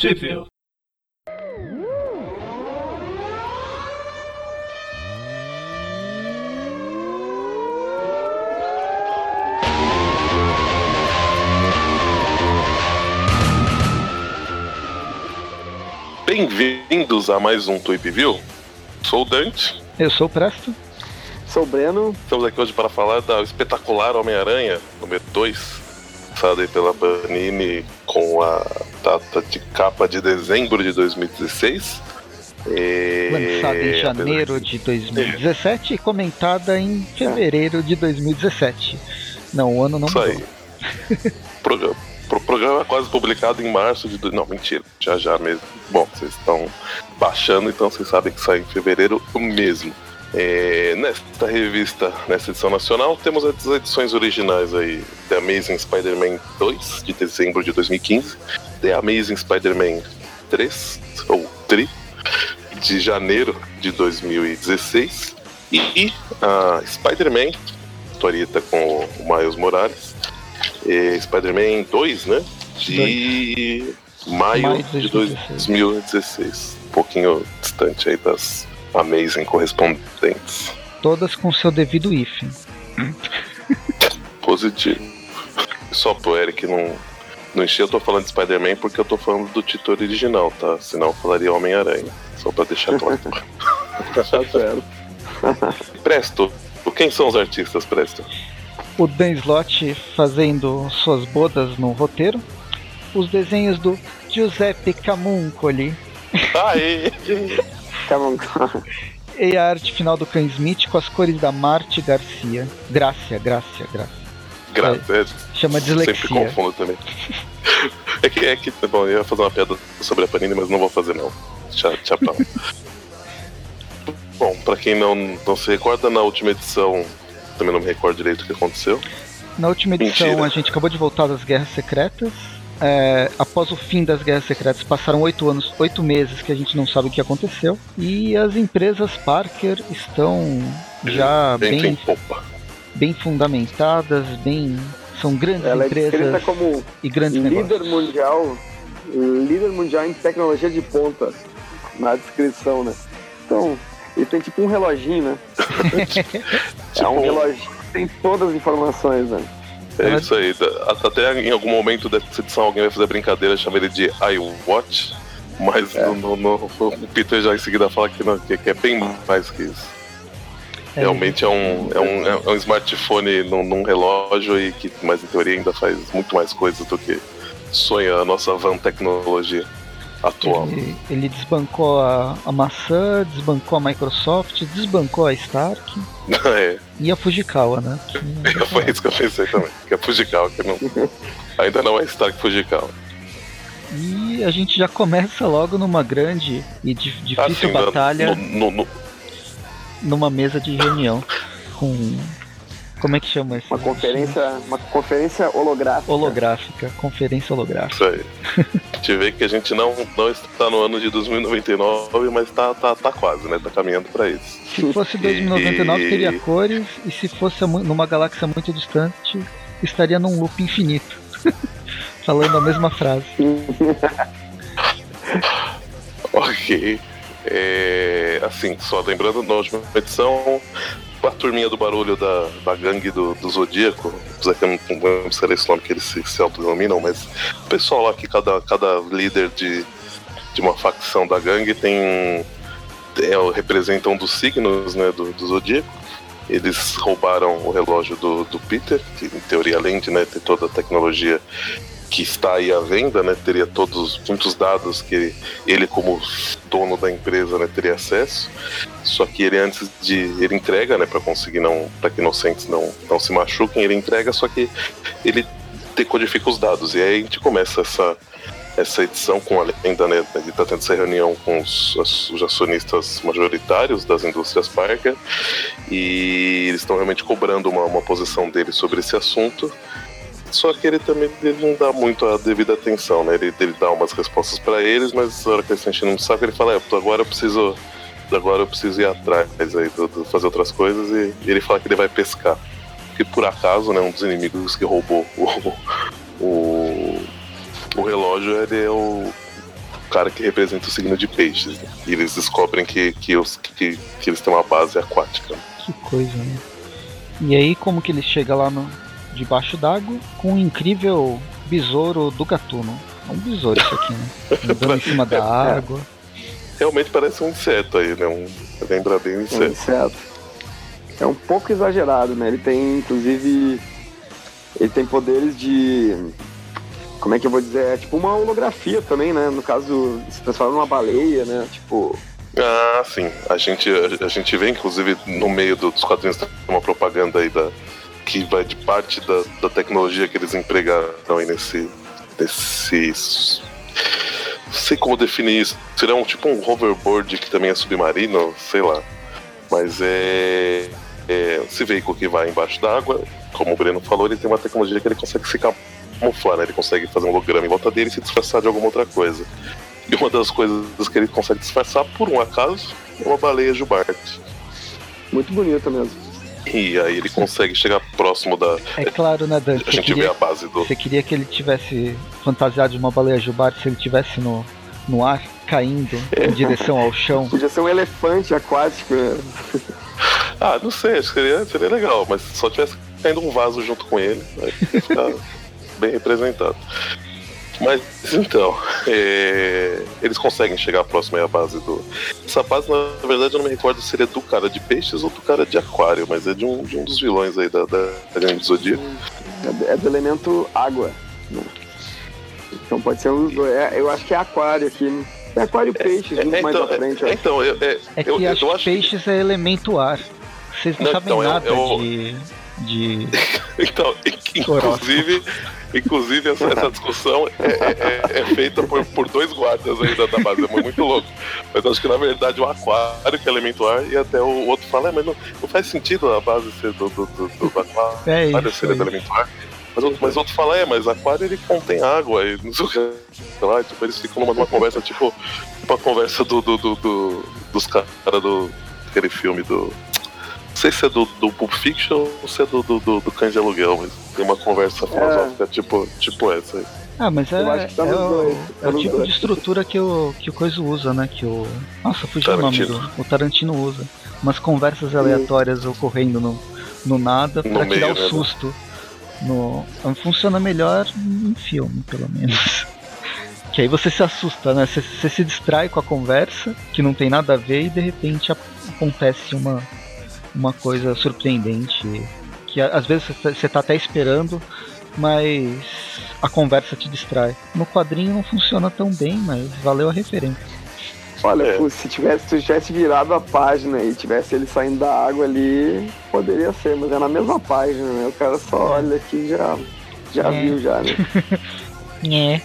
Sheffield. Bem-vindos a mais um Tweep View. Sou o Dante. Eu sou o Presto. Sou o Breno. Estamos aqui hoje para falar da espetacular Homem-Aranha, número 2, lançada aí pela Panini com a data de capa de dezembro de 2016. Lançada em janeiro de 2017 e comentada em fevereiro de 2017. Não, o ano não mudou. Isso aí. O programa é quase publicado em março de... Não, mentira, já mesmo. Bom, vocês estão baixando, então vocês sabem que sai em fevereiro mesmo. Nesta revista, nessa edição nacional, temos as edições originais aí: The Amazing Spider-Man 2, de dezembro de 2015, The Amazing Spider-Man 3, ou 3, de janeiro de 2016, e a Spider-Man, historieta com o Miles Morales, Spider-Man 2, né? De maio de 2016. Um pouquinho distante aí das Amazing correspondentes. Todas com seu devido hífen. Positivo. Só pro Eric não encher, eu tô falando de Spider-Man porque eu tô falando do título original, tá? Senão eu falaria Homem-Aranha. Só pra deixar claro. Presto, quem são os artistas, Presto? O Dan Slott fazendo suas bodas no roteiro. Os desenhos do Giuseppe Camuncoli. Aê! E a arte final do Ken Smith com as cores da Marte Garcia. Grácia. Chama dislexia. Sempre confundo também. É que bom, eu ia fazer uma piada sobre a Panini, mas não vou fazer não. Tchau. Bom, pra quem não se recorda, na última edição, também não me recordo direito o que aconteceu. Na última edição, Mentira. A gente acabou de voltar das Guerras Secretas. Após o fim das Guerras Secretas, passaram 8 meses que a gente não sabe o que aconteceu. E as empresas Parker estão já bem fundamentadas, são grandes empresas. Ela é descrita como e grandes líder negócios. mundial em tecnologia de ponta, na descrição, né? Então, ele tem tipo um reloginho, né? É um reloginho que tem todas as informações, né? É isso aí. Até em algum momento dessa edição alguém vai fazer brincadeira, chama ele de iWatch, mas o Peter já em seguida fala que é bem mais que isso. Realmente é um smartphone num relógio, mas em teoria ainda faz muito mais coisas do que sonha a nossa van tecnologia atual. Ele desbancou a maçã, desbancou a Microsoft, desbancou a Stark e a Fujikawa, né? Foi isso que eu pensei também, que a Fujikawa ainda não é Stark Fujikawa. E a gente já começa logo numa grande e difícil batalha numa mesa de reunião com... Como é que chama isso? Uma conferência holográfica. Conferência holográfica. Isso aí. A gente vê que a gente não está no ano de 2099, mas tá quase, né? Tá caminhando pra isso. Se fosse 2099 teria cores, e se fosse numa galáxia muito distante, estaria num loop infinito. Falando a mesma frase. Ok. Assim, só lembrando, na última edição, a turminha do barulho da gangue do Zodíaco, apesar que eu não lembro se era esse nome que eles se autodenominam, mas o pessoal lá que cada líder de uma facção da gangue representa um dos signos, né, do Zodíaco. Eles roubaram o relógio do Peter, que em teoria, além de, né, ter toda a tecnologia que está aí à venda, né, teria muitos dados que ele, como dono da empresa, né, teria acesso. Só que ele, antes de... ele entrega, né, para conseguir para que inocentes não se machuquem, ele entrega, só que ele decodifica os dados. E aí a gente começa essa edição com a lenda, né, ele está tendo essa reunião com os acionistas majoritários das indústrias Parker, e eles estão realmente cobrando uma posição dele sobre esse assunto. Só que ele não dá muito a devida atenção, né? Ele dá umas respostas pra eles, mas na hora que eles estão enchendo um saco, ele fala, agora eu preciso ir atrás aí, fazer outras coisas, e ele fala que ele vai pescar. Porque por acaso, né, um dos inimigos que roubou o relógio, ele é cara que representa o signo de peixes, né? E eles descobrem que eles têm uma base aquática. Que coisa, né? E aí, como que ele chega lá debaixo d'água com um incrível besouro do gatuno? É um besouro isso aqui, né? Andando em cima da água. Realmente parece um inseto aí, né? Lembra bem um inseto. Um inseto. É um pouco exagerado, né? Ele tem, inclusive, poderes de... Como é que eu vou dizer? É tipo uma holografia também, né? No caso, se transforma numa baleia, né? Tipo... Ah, sim. A gente vê, inclusive, no meio dos quadrinhos, tem uma propaganda aí que vai de parte da tecnologia que eles empregaram aí nesse... Não sei como definir isso. Seria tipo um hoverboard que também é submarino, sei lá. Mas é esse veículo que vai embaixo d'água, como o Breno falou, ele tem uma tecnologia que ele consegue se camuflar, né? Ele consegue fazer um holograma em volta dele e se disfarçar de alguma outra coisa. E uma das coisas que ele consegue disfarçar, por um acaso, é uma baleia jubarte. Muito bonita mesmo. E aí ele consegue chegar próximo da... É claro, né, Dante? A gente vê a base do... Você queria que ele tivesse fantasiado de uma baleia jubarte se ele tivesse no ar, caindo em direção ao chão? Podia ser um elefante aquático, né? Ah, não sei, acho que seria legal, mas se só tivesse caindo um vaso junto com ele, aí ia ficar bem representado. Mas então, eles conseguem chegar próximo aí à base do... Essa base, na verdade, eu não me recordo se seria do cara de peixes ou do cara de aquário, mas é de um dos vilões aí da Gangue do Zodíaco. É do elemento água, né? Então pode ser um dos dois. Eu acho que é aquário aqui, né? É aquário e peixes, muito mais à frente. Eu acho que peixes é elemento ar. Vocês não sabem nada de... Então, inclusive essa discussão é feita por dois guardas aí da base, é muito louco. Mas acho que na verdade o aquário que é elemento ar, e até o outro fala, mas não faz sentido a base ser do aquário ser do elemento ar. Mas outro fala, mas aquário ele contém água e não sei o que lá, tipo, eles ficam numa conversa, tipo a conversa dos caras daquele filme do... Não sei se é do Pulp Fiction ou se é do Cães de Aluguel, mas tem uma conversa filosófica tipo essa aí. Ah, mas é o tipo de estrutura que o Coisa usa, né? Nossa, fugiu o nome o Tarantino usa. Umas conversas aleatórias ocorrendo no nada pra te dar o susto. Funciona melhor em filme, pelo menos. Que aí você se assusta, né? Você se distrai com a conversa, que não tem nada a ver, e de repente acontece uma coisa surpreendente, que às vezes você tá até esperando, mas a conversa te distrai. No quadrinho não funciona tão bem, mas valeu a referência. Olha, se tu tivesse virado a página e tivesse ele saindo da água ali, poderia ser, mas é na mesma página, né? O cara só olha aqui e já viu, já, né?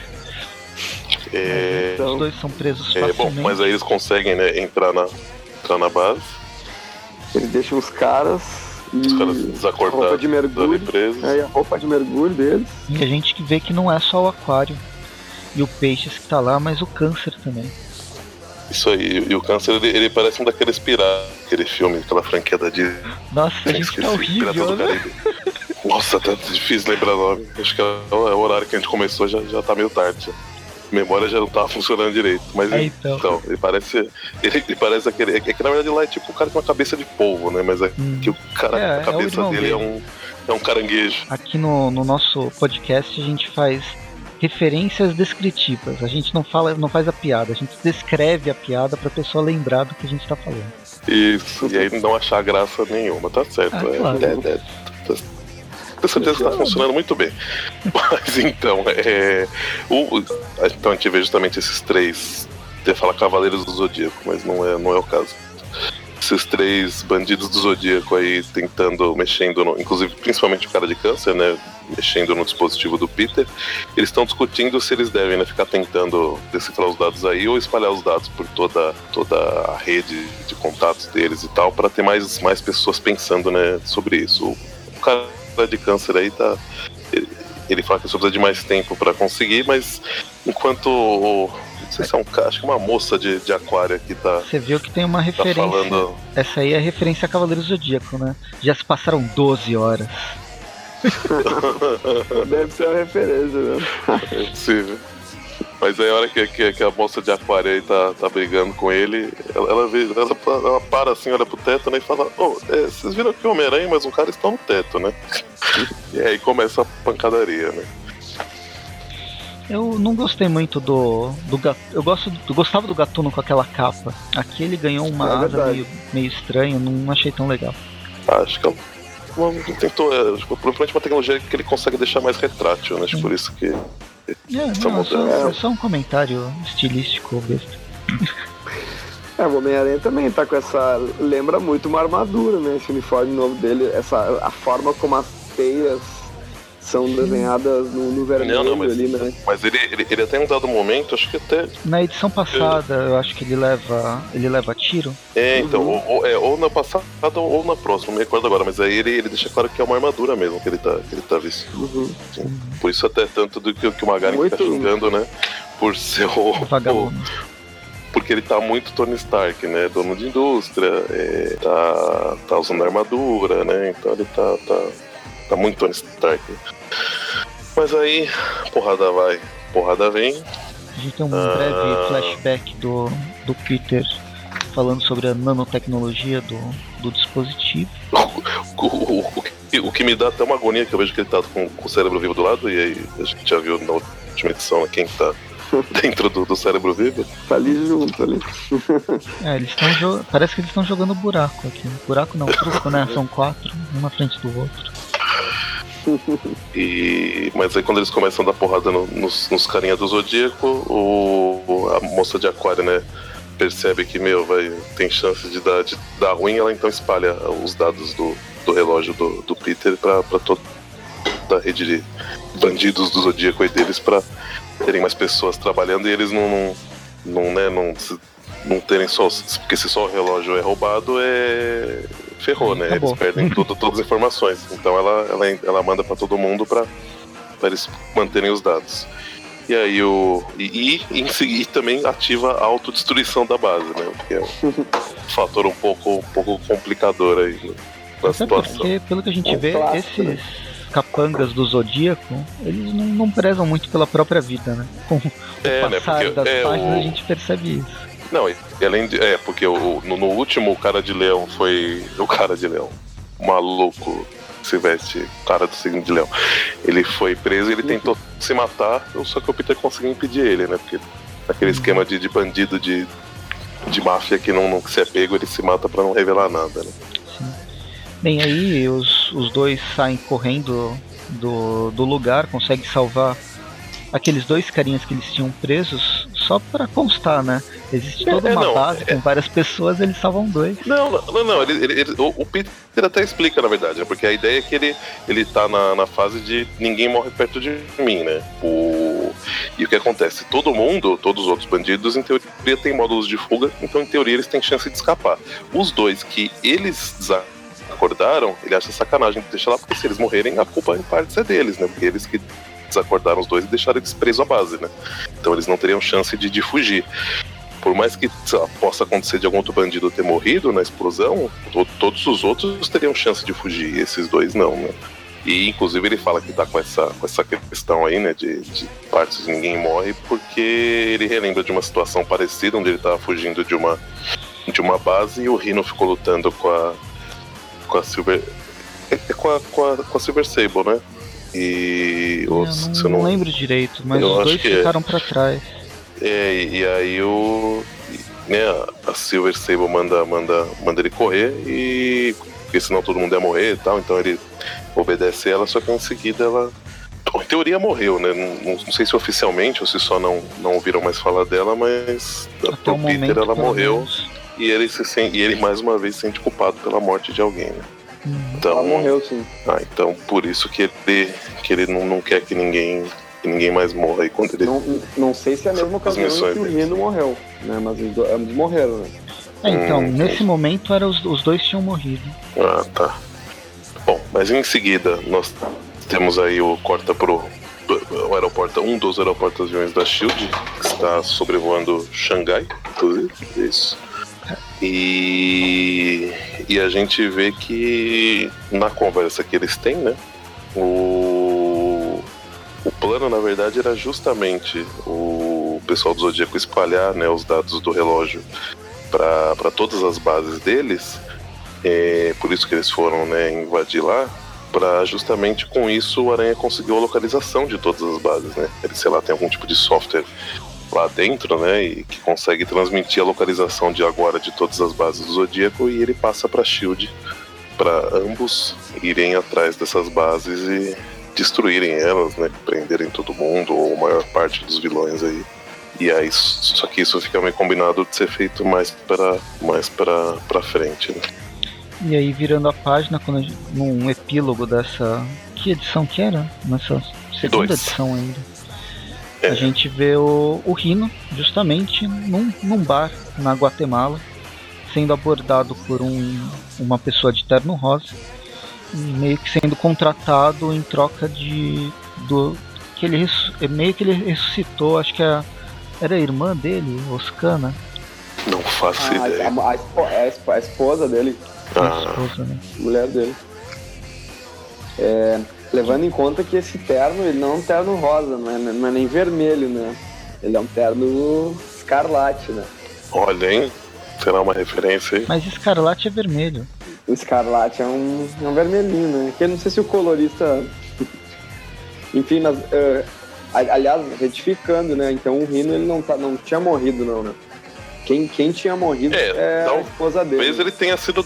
Então, os dois são presos facilmente. Bom, mas aí eles conseguem, né, entrar na base. Eles deixam os caras desacordados, roupa de mergulho, a roupa de mergulho deles. E a gente vê que não é só o aquário e o peixes que tá lá, mas o câncer também. Isso aí, e o câncer ele parece um daqueles piratas, aquele filme, aquela franquia da Disney. Nossa, a gente tá horrível, né? Nossa, tá difícil lembrar o nome. Acho que é o horário que a gente começou, já tá meio tarde. A memória já não tava funcionando direito. Mas então ele parece aquele. É que na verdade lá é tipo o cara com uma cabeça de polvo, né? Mas é que o cara, a cabeça dele é um caranguejo. Aqui no nosso podcast a gente faz referências descritivas. A gente não faz a piada, a gente descreve a piada pra pessoa lembrar do que a gente tá falando. Isso, e aí não achar graça nenhuma, tá certo. Claro. Com certeza está funcionando muito bem. Mas então, então a gente vê justamente esses três, até falar Cavaleiros do Zodíaco, mas não é o caso. Esses três bandidos do Zodíaco aí mexendo inclusive principalmente o cara de câncer, né, mexendo no dispositivo do Peter. Eles estão discutindo se eles devem, né, ficar tentando decifrar os dados aí ou espalhar os dados por toda a rede de contatos deles e tal, para ter mais pessoas pensando, né, sobre isso. O cara de câncer aí ele fala que só precisa de mais tempo para conseguir, mas enquanto não sei se é acho que uma moça de aquário aqui tá. Você viu que tem uma referência. Falando... Essa aí é a referência a Cavaleiro Zodíaco, né? Já se passaram 12 horas. Deve ser uma referência, né? É possível. Mas aí a hora que a moça de aquário aí tá brigando com ele, ela para assim, olha pro teto, né, e fala, vocês viram que o Homem-Aranha, mas um cara está no teto, né? E aí começa a pancadaria, né? Eu não gostei muito do eu gostava do Gatuno com aquela capa. Aqui ele ganhou uma asa meio estranha, não achei tão legal. Acho que ela tentou, provavelmente uma tecnologia que ele consegue deixar mais retrátil, né? Por isso que é só um comentário estilístico besta. O Homem-Aranha também tá com essa... Lembra muito uma armadura, né? Esse uniforme novo dele, a forma como as teias são desenhadas no vermelho ali, né? Mas ele até em um dado momento, acho que até... Na edição passada, eu acho que ele leva tiro. Então, ou na passada ou na próxima, não me recordo agora, mas aí ele deixa claro que é uma armadura mesmo que ele tá vestindo. Por isso até tanto do que o Magaren fica julgando, né? Por ser vagabundo. Porque ele tá muito Tony Stark, né? Dono de indústria, tá usando armadura, né? Então ele tá muito Tony Stark. Mas aí, porrada vai, porrada vem. A gente tem um breve flashback do Peter falando sobre a nanotecnologia do dispositivo. O que me dá até uma agonia, que eu vejo que ele tá com o cérebro vivo do lado, e aí a gente já viu na última edição quem tá dentro do cérebro vivo. Tá ali junto, ali. Eles estão parece que eles estão jogando buraco aqui. Buraco não, truco, né? São 4, um na frente do outro. Mas aí quando eles começam a dar porrada nos carinha do Zodíaco, a moça de aquário, né, percebe que, tem chance de dar ruim, ela então espalha os dados do relógio do Peter pra toda a rede de bandidos do Zodíaco e deles, pra terem mais pessoas trabalhando e eles não terem só... Porque se só o relógio é roubado, ferrou, né? Acabou. Eles perdem todas as informações. Então ela manda pra todo mundo pra eles manterem os dados. E aí e também ativa a autodestruição da base, né? Que é um fator um pouco complicador aí na situação. Porque, pelo que a gente vê, esses capangas do Zodíaco, eles não prezam muito pela própria vida, né? Com o passar das páginas a gente percebe isso. Não, e além de... porque no último o cara de leão foi... O cara de leão, maluco, se veste, cara do signo de leão. Ele foi preso e ele tentou se matar, só que o Peter conseguiu impedir ele, né? Porque naquele esquema de bandido, de máfia que não se é pego, ele se mata pra não revelar nada, né? Sim. Bem, aí os dois saem correndo do lugar, conseguem salvar aqueles dois carinhas que eles tinham presos, só pra constar, né? Existe toda uma base com várias pessoas, eles salvam dois. Não. O Peter até explica, na verdade, né? Porque a ideia é que ele tá na fase de ninguém morre perto de mim, né? E o que acontece? Todos os outros bandidos, em teoria, têm módulos de fuga, então, em teoria, eles têm chance de escapar. Os dois que eles desacordaram, ele acha sacanagem de deixar lá, porque se eles morrerem, a culpa em parte é deles, né? Porque eles que desacordaram os dois e deixaram eles presos à base, né? Então eles não teriam chance de fugir. Por mais que possa acontecer de algum outro bandido ter morrido na explosão, todos os outros teriam chance de fugir, e esses dois não, né? E inclusive ele fala que tá com essa questão aí, né, de partes de ninguém morre, porque ele relembra de uma situação parecida, onde ele tava fugindo de uma base e o Rhino ficou lutando com a Silver... com a Silver Sable, né? E eu não lembro direito, mas os dois ficaram pra trás. E aí a Silver Sable manda ele correr, porque senão todo mundo ia morrer e tal, então ele obedece ela, só que em seguida ela, em teoria, morreu, né? Não sei se oficialmente ou se só não ouviram mais falar dela, mas pro Peter ela morreu e ele mais uma vez se sente culpado pela morte de alguém, né? Então, ela morreu, sim. Então por isso que ele não quer que ninguém mais morra aí quando ele... Não sei se é a mesma ocasião que o Rhino morreu, né? Mas ambos morreram, né? Então, nesse momento os dois tinham morrido. Ah, tá. Bom, mas em seguida nós temos aí o corta pro aeroporto, um dos aeroportos aviões da SHIELD, que está sobrevoando Xangai, inclusive, isso. E a gente vê que na conversa que eles têm, né, o plano, na verdade, era justamente o pessoal do Zodíaco espalhar, né, os dados do relógio para todas as bases deles. Por isso que eles foram, né, invadir lá, para justamente com isso o Aranha conseguiu a localização de todas as bases, né? Ele, sei lá, tem algum tipo de software lá dentro, né, e que consegue transmitir a localização de agora de todas as bases do Zodíaco, e ele passa para SHIELD para ambos irem atrás dessas bases e destruírem elas, né, prenderem todo mundo ou a maior parte dos vilões aí. E aí, só que isso fica meio combinado de ser feito mais para frente, né? E aí, virando a página, num epílogo dessa... Que edição que era? Nessa segunda edição ainda. A gente vê o Rhino, justamente, num bar na Guatemala, sendo abordado por uma pessoa de terno rosa, meio que sendo contratado em troca que ele ressuscitou, acho que era a irmã dele, Oscana. Não faço ideia. A esposa dele. A esposa, né? Mulher dele. Levando em conta que esse terno, ele não é um terno rosa, não é nem vermelho, né? Ele é um terno escarlate, né? Olha, hein? Será uma referência aí? Mas escarlate é vermelho. O escarlate é um vermelhinho, né? Que eu não sei se o colorista... Enfim, aliás, retificando, né? Então o Rhino, ele não tinha morrido, não, né? Quem tinha morrido é a esposa dele. Talvez ele tenha sido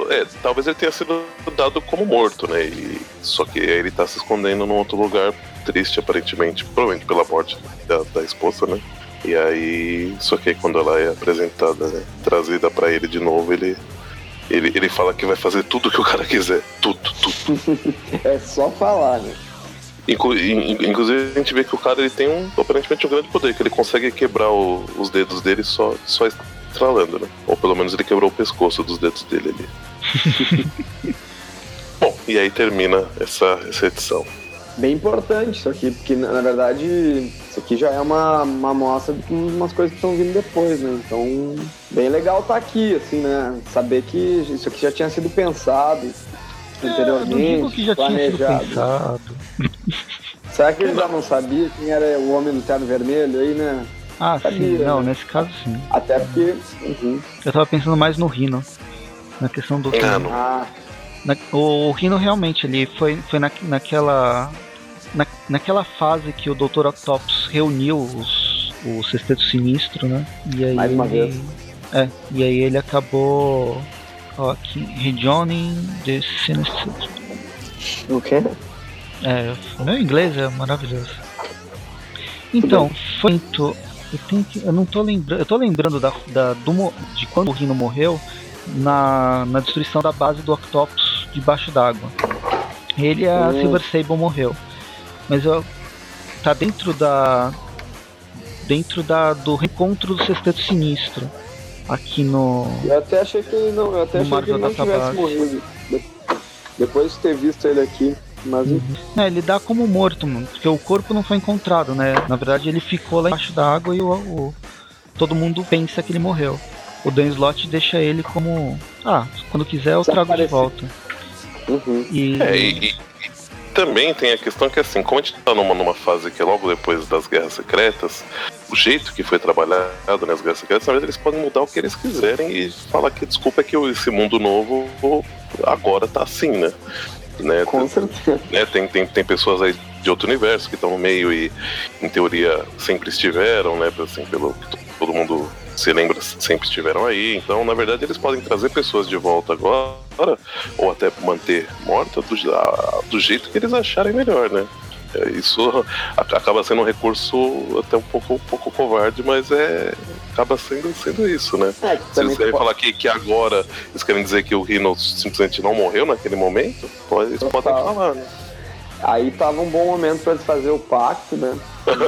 dado como morto, né? Só que ele tá se escondendo num outro lugar triste, aparentemente, provavelmente pela morte da esposa, né? E aí, só que aí quando ela é apresentada, né, trazida pra ele de novo, ele fala que vai fazer tudo que o cara quiser. Tudo. É só falar, né? Inclusive a gente vê que o cara, ele tem aparentemente um grande poder, que ele consegue quebrar os dedos dele só estralando, né? Ou pelo menos ele quebrou o pescoço dos dedos dele ali. Bom, e aí termina essa edição. Bem importante isso aqui, porque na verdade isso aqui já é uma amostra de umas coisas que estão vindo depois, né? Então, bem legal estar aqui, assim, né? Saber que isso aqui já tinha sido pensado anteriormente, não digo que já planejado. Tinha sido pensado. Será que ele já não sabia quem era o homem do terno vermelho aí, né? Ah, sabia, sim. Não, né? nesse caso sim. Até porque... Eu tava pensando mais no Rhino. Na questão do Rhino. O Rhino realmente, ele foi naquela fase que o Dr. Octopus reuniu o Sexteto Sinistro, né? E aí mais uma vez. E aí ele acabou... Ó, aqui, rejoining the Sinister. O quê? Meu inglês é maravilhoso. Então, foi muito... Eu não tô lembrando... Eu tô lembrando de quando o Rhino morreu na destruição da base do Octopus debaixo d'água. Ele e a Silver Sable morreu. Mas tá dentro do reencontro do Sexteto Sinistro. Aqui no... Eu até achei que ele não tivesse morrido. Depois de ter visto ele aqui. Mas... ele dá como morto, mano, porque o corpo não foi encontrado, né? Na verdade ele ficou lá embaixo da água e todo mundo pensa que ele morreu. O Dan Slott deixa ele como... quando quiser eu trago de volta. E também tem a questão que, assim, como a gente tá numa fase que é logo depois das Guerras Secretas, o jeito que foi trabalhado nas Guerras Secretas, na verdade eles podem mudar o que eles quiserem e falar que desculpa é que esse mundo novo agora tá assim, né? Com certeza. Tem pessoas aí de outro universo que estão no meio e, em teoria, sempre estiveram, né? Assim, pelo que todo mundo se lembra, sempre estiveram aí. Então, na verdade, eles podem trazer pessoas de volta agora, ou até manter morta do jeito que eles acharem melhor, né? Isso acaba sendo um recurso até um pouco covarde, mas acaba sendo isso, né? Se eles querem falar que agora eles querem dizer que o Rhino simplesmente não morreu naquele momento, eles podem falar, né? Aí tava um bom momento pra eles fazer o pacto, né?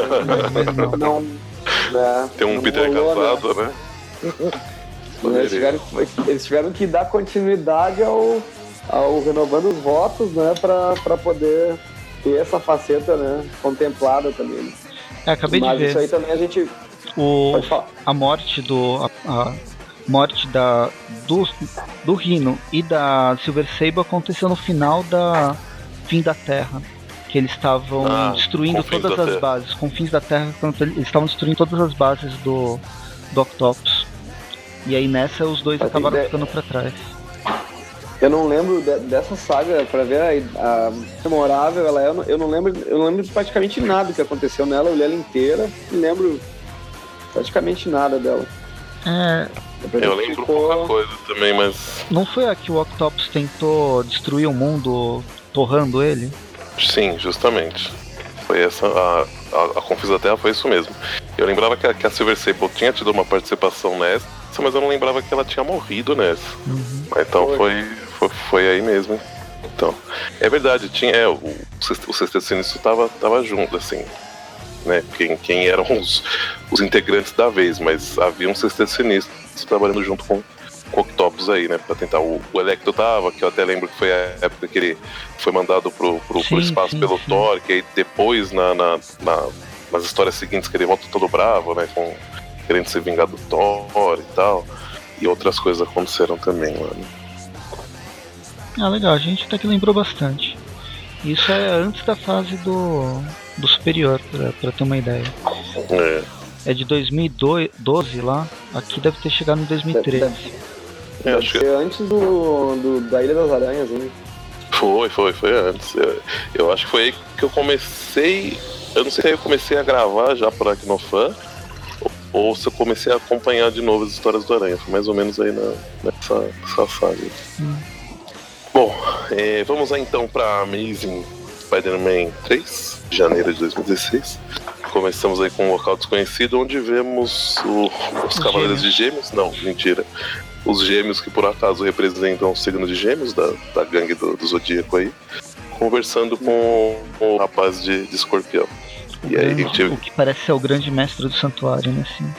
Tem um Peter casado, né? Eles tiveram que dar continuidade ao renovando os votos, né? Pra poder ter essa faceta, né, contemplada também. Acabei de ver. Isso aí também a gente... A morte do Rhino e da Silver Sable aconteceu no final da Fim da Terra. Que eles estavam destruindo todas as bases, confins da Terra, eles estavam destruindo todas as bases do Octopus. E aí nessa os dois acabaram ficando pra trás. Eu não lembro dessa saga, pra ver a memorável, eu não lembro de praticamente nada que aconteceu nela, eu li ela inteira e lembro praticamente nada dela. Eu lembro pouca coisa também, mas... Não foi a que o Octopus tentou destruir o mundo torrando ele? Sim, justamente. Foi essa, a Confins da Terra foi isso mesmo. Eu lembrava que a Silver Sable tinha tido uma participação nessa, mas eu não lembrava que ela tinha morrido nessa. Então foi aí mesmo. Então, é verdade, tinha, o Sexteto Sinistro tava junto, assim, né? Quem eram os integrantes da vez, mas havia um Sexteto Sinistro trabalhando junto com o Octopus aí, né? Pra tentar. O Electro tava, que eu até lembro que foi a época que ele foi mandado pro espaço pelo Thor, que aí depois nas histórias seguintes que ele volta todo bravo, né? Querendo se vingar do Thor e tal. E outras coisas aconteceram também, mano. Legal, a gente até que lembrou bastante. Isso é antes da fase do Superior, pra ter uma ideia. É de 2012 lá, aqui deve ter chegado em 2013. Deve ser antes da Ilha das Aranhas, hein? Foi antes. Eu acho que foi aí que eu comecei. Eu não sei se eu comecei a gravar já por Aracnofan, ou se eu comecei a acompanhar de novo as histórias do Aranha. Foi mais ou menos aí nessa saga. Bom, vamos lá então para Amazing Spider-Man 3, de janeiro de 2016. Começamos aí com um local desconhecido, onde vemos os Cavaleiros de Gêmeos. Não, mentira. Os Gêmeos, que por acaso representam o signo de Gêmeos, da gangue do Zodíaco aí, conversando com o rapaz de Escorpião. O que parece ser o grande mestre do santuário, né? Assim.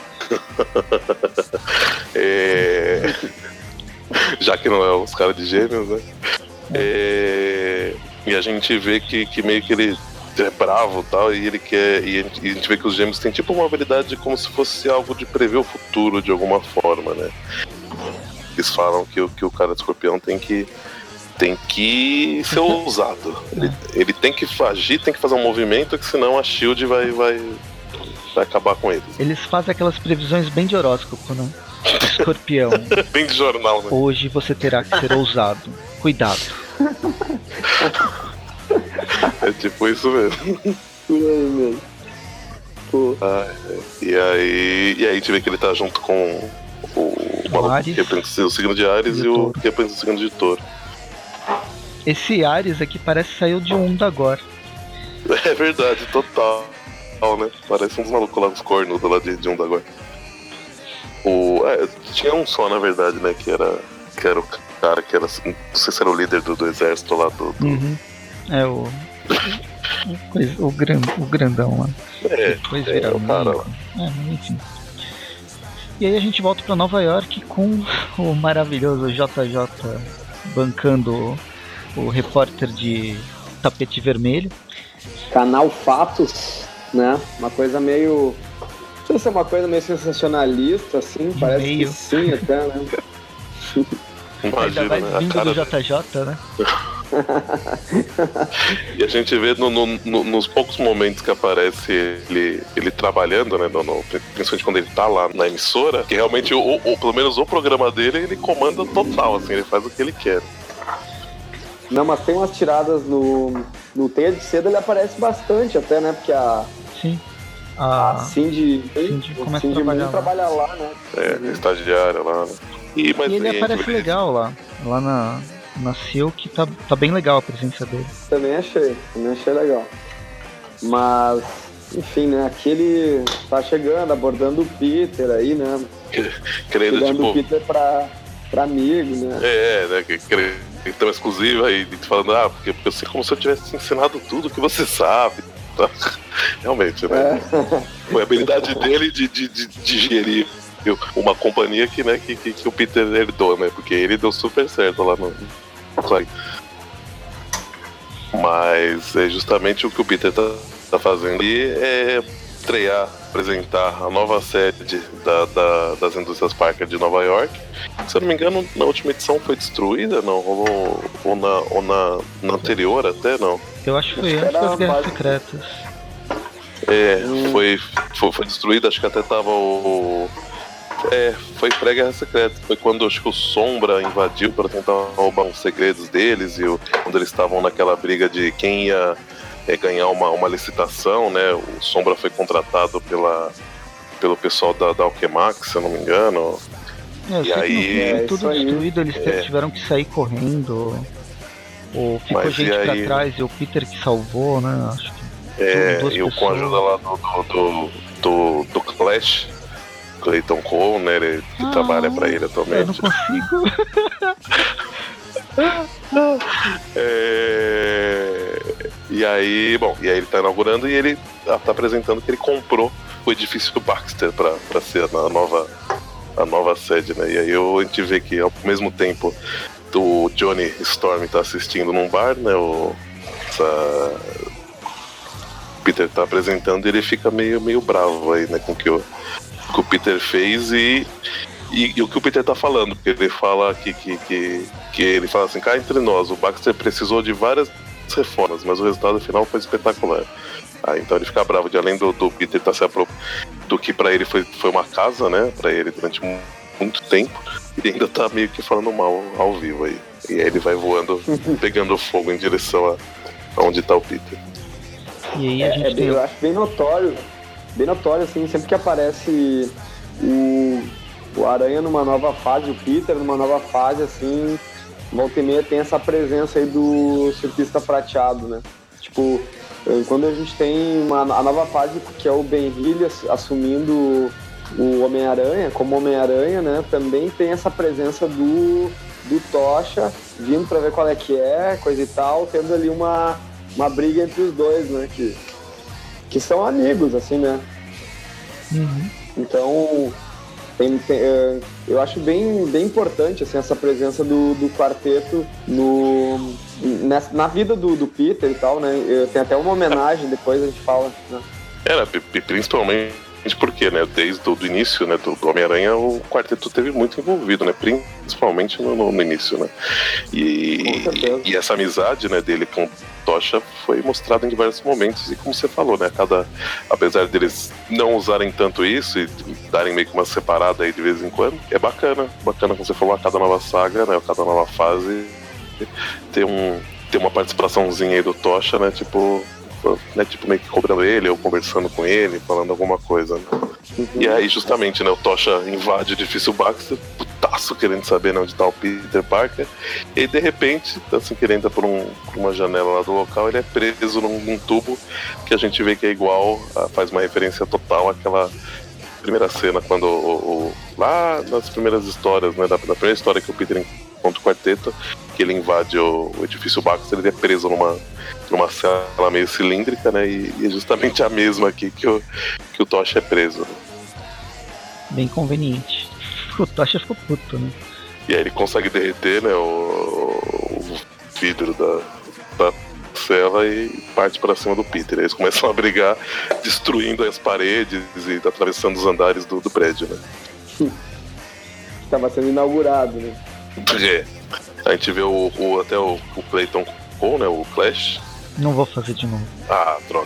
Já que não é os caras de Gêmeos, né? E a gente vê que meio que ele é bravo e tal, e ele quer. E a gente vê que os Gêmeos têm tipo uma habilidade como se fosse algo de prever o futuro de alguma forma, né? Eles falam que o cara de Escorpião tem que ser ousado. Ele tem que agir, tem que fazer um movimento, que senão a SHIELD vai acabar com eles. Eles fazem aquelas previsões bem de horóscopo, né? Escorpião. Bem de jornal, né? Hoje você terá que ser ousado. Cuidado. É tipo isso mesmo. E aí a gente vê que ele tá junto com o maluco que representa o signo de Ares e o que representa o signo de Touro. Esse Ares aqui parece que saiu de um agora. É verdade, total, né? Parece um dos malucos lá, dos cornudos lá de um agora. Tinha um só, na verdade, né? Que era o cara que era, não sei se era o líder do exército lá do... É o grandão lá. Depois vira o cara lá. Enfim. E aí a gente volta pra Nova York com o maravilhoso JJ bancando o repórter de tapete vermelho. Canal Fatos, né? Uma coisa meio... Não sei se é uma coisa meio sensacionalista, assim. Parece que sim, até, né? Imagina, ainda mais né? vindo do JJ, né? E a gente vê nos poucos momentos que aparece ele trabalhando, né? Principalmente quando ele tá lá na emissora, que realmente, pelo menos o programa dele, ele comanda total, assim, ele faz o que ele quer. Não, mas tem umas tiradas no Teia de Seda, ele aparece bastante até, né? Porque a Cindy trabalha lá, né? Estagiária lá, né? E ele aparece legal lá na Silk, tá bem legal a presença dele. Também achei legal. Mas, enfim, né? Aqui ele tá chegando, abordando o Peter aí, né? Querendo, tipo... o Peter pra amigo, né? Né? Que tem uma exclusiva e falando, porque eu sei como se eu tivesse te ensinado tudo que você sabe. Realmente, né? Foi a habilidade dele de gerir uma companhia que o Peter herdou, né? Porque ele deu super certo lá no Clay. Mas é justamente o que o Peter tá fazendo e estrear, apresentar a nova sede das indústrias Parker de Nova York. Se eu não me engano, na última edição foi destruída, não? Rolou, ou na anterior até, não? Eu acho que foi antes das Guerras Secretas. Foi destruída, acho que até tava o... foi pré-Guerra Secreta. Foi quando acho que o Sombra invadiu para tentar roubar uns segredos deles, e quando eles estavam naquela briga de quem ia ganhar uma licitação, né? O Sombra foi contratado pelo pessoal da Alchemax, se eu não me engano. E aí tudo destruído, eles tiveram que sair correndo. Ficou gente pra trás, e o Peter que salvou, né? Acho que e com a ajuda lá do Clash, Clayton Cole, né? Ele que trabalha pra ele atualmente. Eu não consigo. E aí ele tá inaugurando, e ele tá apresentando que ele comprou o edifício do Baxter pra ser a nova sede, né? E aí a gente vê que ao mesmo tempo o Johnny Storm tá assistindo num bar, né? O Peter tá apresentando, e ele fica meio bravo aí, né? Com o que o Peter fez e o que o Peter tá falando, porque ele fala que ele fala assim: cá entre nós, o Baxter precisou de várias reformas, mas o resultado final foi espetacular. Então ele fica bravo, de além do Peter tá se do que pra ele foi uma casa, né, pra ele durante muito tempo, ele ainda tá meio que falando mal ao vivo aí. E aí ele vai voando, pegando fogo em direção a onde tá o Peter. E aí a gente eu acho bem notório assim, sempre que aparece o Aranha numa nova fase, o Peter numa nova fase, assim, volta e meia tem essa presença aí do surfista prateado, né? Tipo, quando a gente tem a nova fase, que é o Ben Hill assumindo o Homem-Aranha, como Homem-Aranha, né? Também tem essa presença do Tocha vindo pra ver qual é que é, coisa e tal, tendo ali uma briga entre os dois, né? Que são amigos, assim, né? Uhum. Então, eu acho bem importante, assim, essa presença do quarteto na vida do Peter e tal, né? Tem até uma homenagem, depois a gente fala, né? Principalmente porque, né, desde o início, né, do Homem-Aranha, o quarteto esteve muito envolvido, né, principalmente no início, né, e essa amizade, né, dele com Tocha foi mostrada em diversos momentos, e como você falou, né, apesar deles não usarem tanto isso e darem meio que uma separada aí de vez em quando, é bacana, como você falou, a cada nova saga, né, a cada nova fase ter uma participaçãozinha aí do Tocha, né, tipo meio que cobrando ele, ou conversando com ele, falando alguma coisa, né? E aí justamente, né, o Tocha invade o edifício Baxter, putaço, querendo saber, né, onde tá o Peter Parker, e de repente, assim, querendo entrar por uma janela lá do local, ele é preso num tubo que a gente vê que é igual, faz uma referência total àquela primeira cena, quando lá nas primeiras histórias, né, da primeira história que o Peter encontra o quarteto, que ele invade o edifício Baxter, ele é preso numa cela meio cilíndrica, né? E é justamente a mesma aqui que o Tocha é preso. Bem conveniente. O Tocha ficou puto, né? E aí ele consegue derreter, né, o vidro da cela e parte pra cima do Peter. Aí eles começam a brigar, destruindo as paredes e atravessando os andares do prédio, né? Estava sendo inaugurado, né? A gente vê até o Clayton Cole, né, o Clash. Não vou fazer de novo. Ah, droga.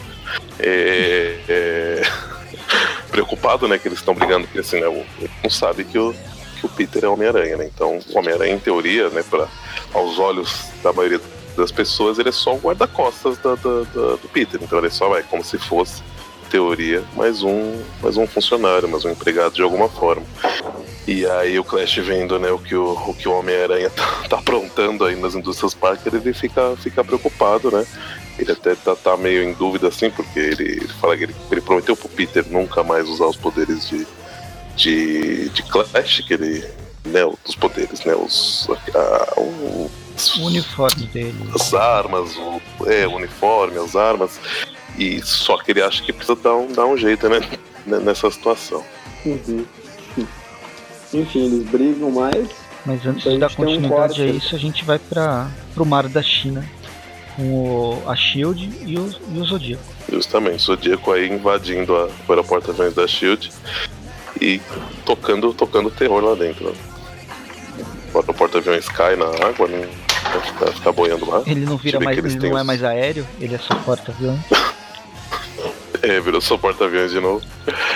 Preocupado, né, que eles estão brigando, porque assim, né, ele não sabe que o Peter é Homem-Aranha, né? Então, o Homem-Aranha, em teoria, né, aos olhos da maioria das pessoas, ele é só o guarda-costas do Peter. Então, ele só vai como se fosse, em teoria, mais um funcionário, mais um empregado de alguma forma. E aí o Clash vendo, né, o que o Homem-Aranha tá aprontando aí nas indústrias Parker, ele fica preocupado, né? Ele até tá meio em dúvida, assim, porque ele fala que ele prometeu pro Peter nunca mais usar os poderes de Clash, que ele, né, os poderes, né, o uniforme dele. As armas, o uniforme, as armas, e só que ele acha que precisa dar um jeito, né, nessa situação. Uhum. Enfim, eles brigam mais. Mas antes de dar continuidade a isso, a gente vai pro mar da China. com a SHIELD e o Zodíaco. Justamente, o Zodíaco aí invadindo o aeroporto aviões da SHIELD e tocando terror lá dentro. O aeroporto aviões cai na água, né? Fica boiando lá. Ele não vira mais, ele não é mais aéreo, ele é só porta-aviões. Virou só porta-aviões de novo.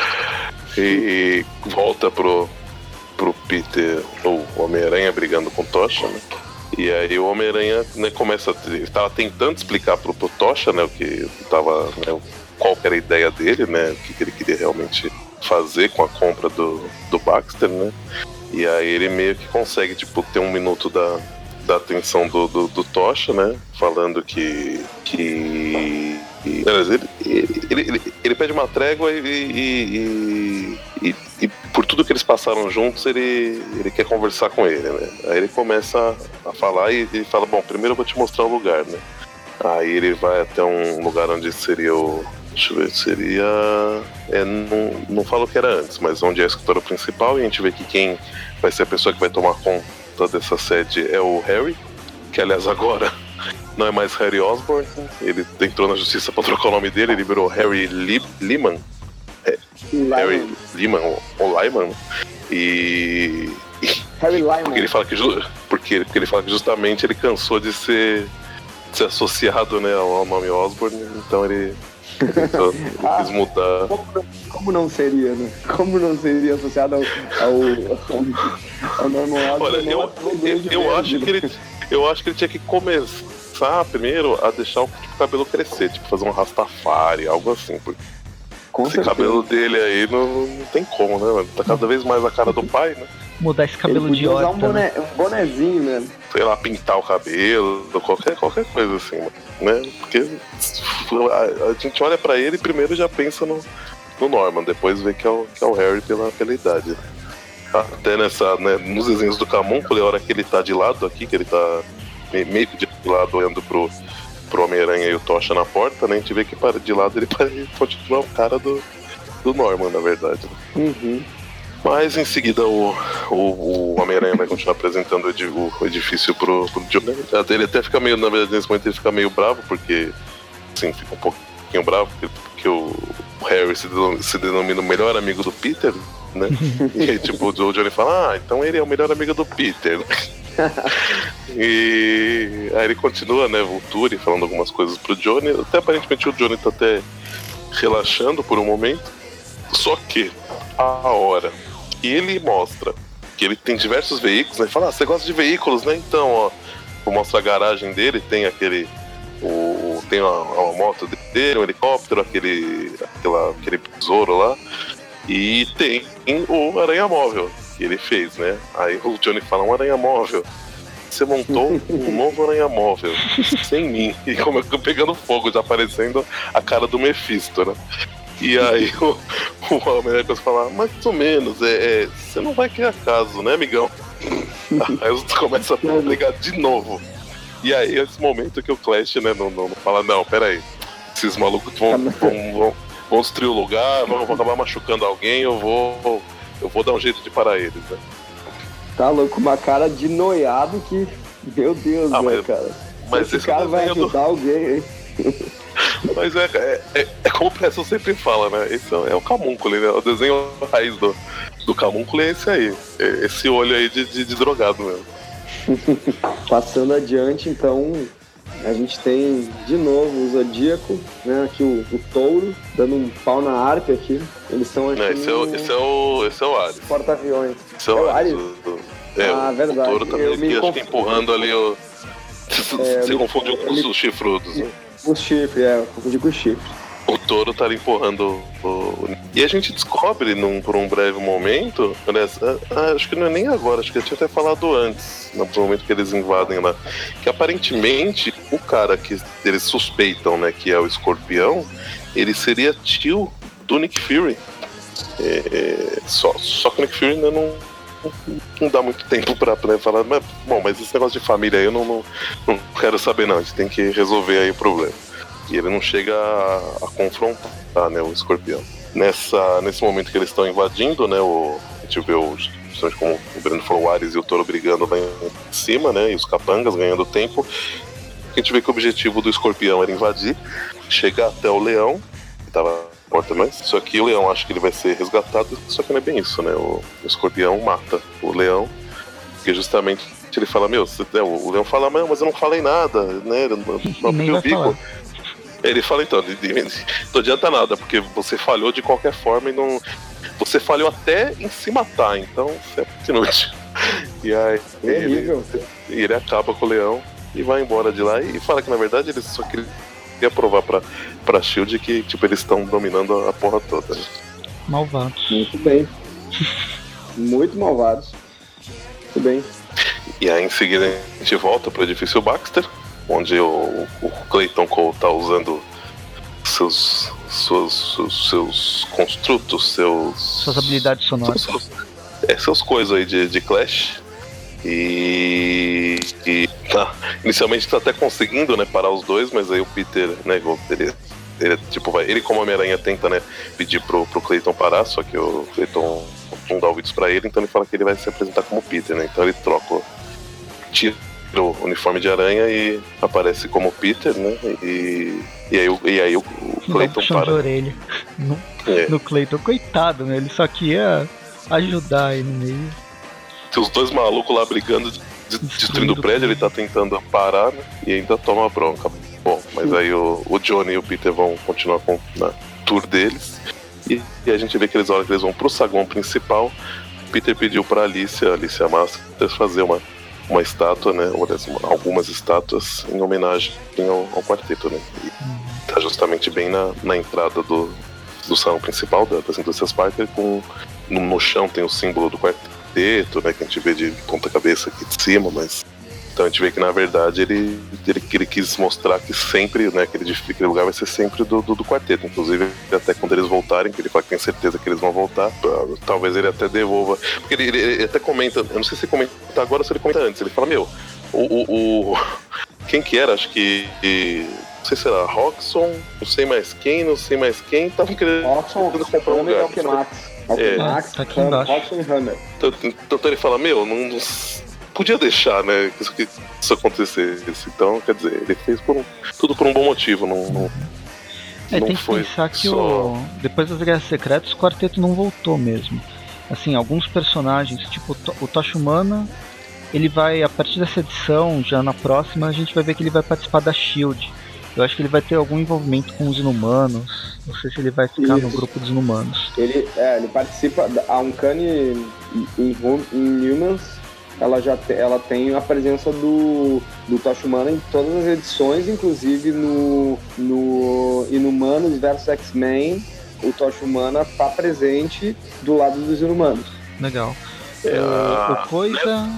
E volta pro Peter, o Homem-Aranha brigando com o Tocha, né? E aí o Homem-Aranha, né, ele tava tentando explicar pro Tocha, né, o que tava, né, qual que era a ideia dele, né, o que ele queria realmente fazer com a compra do Baxter, né? E aí ele meio que consegue, tipo, ter um minuto da atenção do Tocha, né? Falando que ele pede uma trégua e por tudo que eles passaram juntos, ele quer conversar com ele, né? Aí ele começa a falar e ele fala, bom, primeiro eu vou te mostrar o lugar, né? Aí ele vai até um lugar onde seria deixa eu ver, seria... não falo o que era antes, mas onde é a escritório principal, e a gente vê que quem vai ser a pessoa que vai tomar conta dessa sede é o Harry, que aliás agora não é mais Harry Osborn, ele entrou na justiça pra trocar o nome dele, ele virou Harry Lyman. Harry Lyman, ou Lyman. E... Harry Lyman. Porque ele fala que justamente ele cansou de ser associado, né, ao nome Osborn, então ele quis mudar. Como não seria, né? Como não seria associado ao nome Osborn? Olha, eu acho que ele tinha que começar primeiro a deixar o cabelo crescer, tipo fazer um Rastafari, algo assim, porque esse cabelo dele aí não tem como, né, mano? Tá cada vez mais a cara do pai, né? Mudar esse cabelo de usar horta, um bonezinho, né? Sei lá, pintar o cabelo, qualquer coisa assim, né? Porque a gente olha pra ele e primeiro já pensa no Norman, depois vê que é o Harry pela idade. Até nos desenhos do Camúnculo, a hora que ele tá de lado aqui, que ele tá meio que de lado olhando pro Homem-Aranha e o Tocha na porta, né? A gente vê que de lado ele continua o cara do Norman, na verdade. Uhum. Mas em seguida o Homem-Aranha vai continuar apresentando o edifício pro Johnny. Ele até fica meio, na verdade, nesse momento ele fica meio bravo, porque, assim, fica um pouquinho bravo, porque o Harry se denomina o melhor amigo do Peter, né? E aí, tipo, o Johnny fala, então ele é o melhor amigo do Peter. E aí ele continua, né, Vulture, falando algumas coisas pro Johnny. Até aparentemente o Johnny tá até relaxando por um momento. Só que a hora que ele mostra que ele tem diversos veículos, né? Ele fala, você gosta de veículos, né? Então, ó, mostra a garagem dele, tem tem uma moto dele, um helicóptero, aquele besouro lá, e tem o Aranha Móvel que ele fez, né? Aí o Johnny fala, um Aranha Móvel. Você montou um novo Aranha Móvel sem mim. E como eu pegando fogo, já aparecendo a cara do Mephisto, né? E aí o Homem-Aranha fala, mais ou menos, você não vai criar caso, né, amigão? Aí eles começam a brigar de novo. E aí é esse momento que o Clash, né, não fala, não, peraí, esses malucos vão destruir o lugar, vão acabar machucando alguém, eu vou dar um jeito de parar eles, né? Tá louco, uma cara de noiado que, meu Deus, né, cara? Mas esse cara vai ajudar alguém, hein? Mas é como o Preston sempre fala, né? Esse é o Camúnculo, né? O desenho raiz do Camúnculo é esse aí. Esse olho aí de drogado mesmo. Passando adiante, então, a gente tem de novo o Zodíaco, né? Aqui o Touro, dando um pau na Harp aqui. Eles são aqui. Esse é o Ares. Porta-aviões. Esse é o Ares. Verdade. O Touro também aqui, acho que empurrando ali o. Você confundiu com os chifrudos, né? Os chifres, eu confundi com os chifres. O Touro tá ali empurrando E a gente descobre por um breve momento, aliás, acho que não é nem agora, acho que eu tinha até falado antes, no momento que eles invadem lá, que aparentemente o cara que eles suspeitam, né, que é o Escorpião, ele seria tio do Nick Fury. Só que o Nick Fury ainda não dá muito tempo pra falar, mas esse negócio de família aí eu não quero saber não, a gente tem que resolver aí o problema. E ele não chega a confrontar, né, o Escorpião. Nesse momento que eles estão invadindo, né, a gente vê como o Breno falou, o Ares e o Touro brigando lá em cima, né, e os capangas ganhando tempo. que a gente vê que o objetivo do escorpião era invadir, chegar até o leão, que tava morto mais. Só que o leão acha que ele vai ser resgatado, só que não é bem isso, né? O escorpião mata o leão, porque justamente ele fala, o leão fala, mas eu não falei nada, né? Não nem vai o bico. falar. Ele fala, então, não adianta nada, porque você falhou de qualquer forma e não... Você falhou até em se matar, então você é muito inútil. E aí ele acaba com o leão e vai embora de lá e fala que na verdade ele só queria provar pra SHIELD que tipo, eles estão dominando a porra toda. Malvados. Muito bem. Muito malvados. Muito bem. E aí em seguida a gente volta pro edifício Baxter, onde o Clayton Cole tá usando seus construtos, suas habilidades sonoras. Seus coisas aí de Clash. E inicialmente tá até conseguindo, né, parar os dois, mas aí o Peter, né, ele como Homem-Aranha tenta, né, pedir pro Clayton parar, só que o Clayton não dá ouvidos pra ele, então ele fala que ele vai se apresentar como Peter, né, então ele tira o uniforme de aranha e aparece como Peter, né, e aí o Clayton para. De orelha no Clayton, coitado, né, ele só queria ajudar aí no meio. Tem os dois malucos lá brigando, destruindo o prédio, ele tá tentando parar, né, e ainda toma a bronca. Bom, mas aí o Johnny e o Peter vão continuar com a tour deles, e a gente vê que eles vão pro saguão principal. O Peter pediu pra Alicia Masters fazer uma estátua, né, algumas estátuas em homenagem ao quarteto, né, e tá justamente bem na entrada do salão principal das indústrias Parker, no chão tem o símbolo do quarteto, né, que a gente vê de ponta cabeça aqui de cima, mas então a gente vê que na verdade ele quis mostrar que sempre, né, aquele lugar vai ser sempre do quarteto, inclusive até quando eles voltarem, que ele fala que tem certeza que eles vão voltar, talvez ele até devolva, porque ele até comenta, eu não sei se ele comenta agora ou se ele comenta antes, ele fala, quem que era, acho que não sei se era Roxxon, não sei mais quem, estavam querendo comprar um lugar. Tá aqui embaixo. Então ele fala, não podia deixar, né, que isso acontecesse. Então, quer dizer, ele fez tudo por um bom motivo, não tem que pensar que depois das Guerras Secretas o quarteto não voltou mesmo. Assim, alguns personagens, tipo o Tocha Humana, ele vai, a partir dessa edição, já na próxima, a gente vai ver que ele vai participar da SHIELD. Eu acho que ele vai ter algum envolvimento com os Inumanos. Não sei se ele vai ficar no grupo dos Inumanos. Ele participa. A Uncanny Inhumans, ela tem a presença do Tocha Humana em todas as edições, inclusive no Inumanos vs X-Men. O Tocha Humana tá presente do lado dos Inumanos. Legal. O Coisa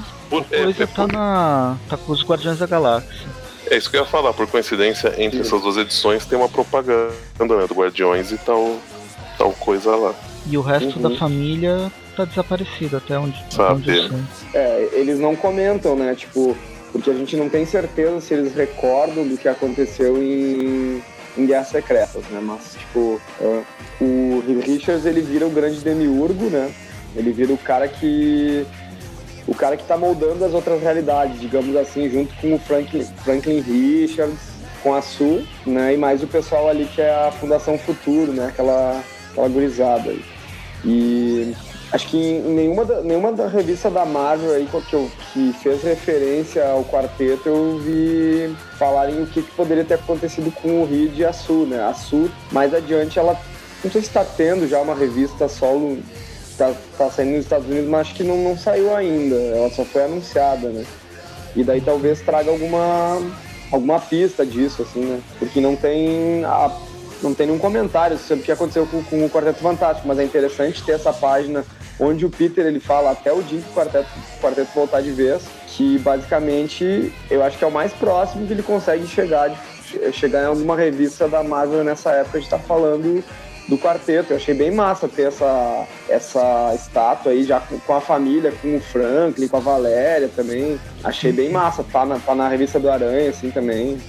tá com os Guardiões da Galáxia. É isso que eu ia falar, por coincidência, entre essas duas edições tem uma propaganda, né, do Guardiões e tal coisa lá. E o resto da família tá desaparecido, até onde eu sei. Eles não comentam, né, tipo, porque a gente não tem certeza se eles recordam do que aconteceu em Guerras Secretas, né, mas, tipo, o Reed Richards, ele vira o grande demiurgo, né, ele vira o cara que tá moldando as outras realidades, digamos assim, junto com o Franklin Richards, com a Sue, né, e mais o pessoal ali que é a Fundação Futuro, né, aquela gurizada aí. E acho que em nenhuma da revista da Marvel aí que fez referência ao quarteto eu vi falarem o que poderia ter acontecido com o Reed e a Sue, né. A Sue, mais adiante, ela não sei se está tendo já uma revista solo. Tá saindo nos Estados Unidos, mas acho que não saiu ainda. Ela só foi anunciada, né? E daí talvez traga alguma pista disso, assim, né? Porque não tem nenhum comentário sobre o que aconteceu com o Quarteto Fantástico, mas é interessante ter essa página onde o Peter, ele fala até o dia que o quarteto voltar de vez, que basicamente eu acho que é o mais próximo que ele consegue chegar em alguma revista da Marvel nessa época de estar falando do quarteto. Eu achei bem massa ter essa estátua aí já com a família, com o Franklin, com a Valéria também. Achei bem massa, tá na revista do Aranha, assim, também.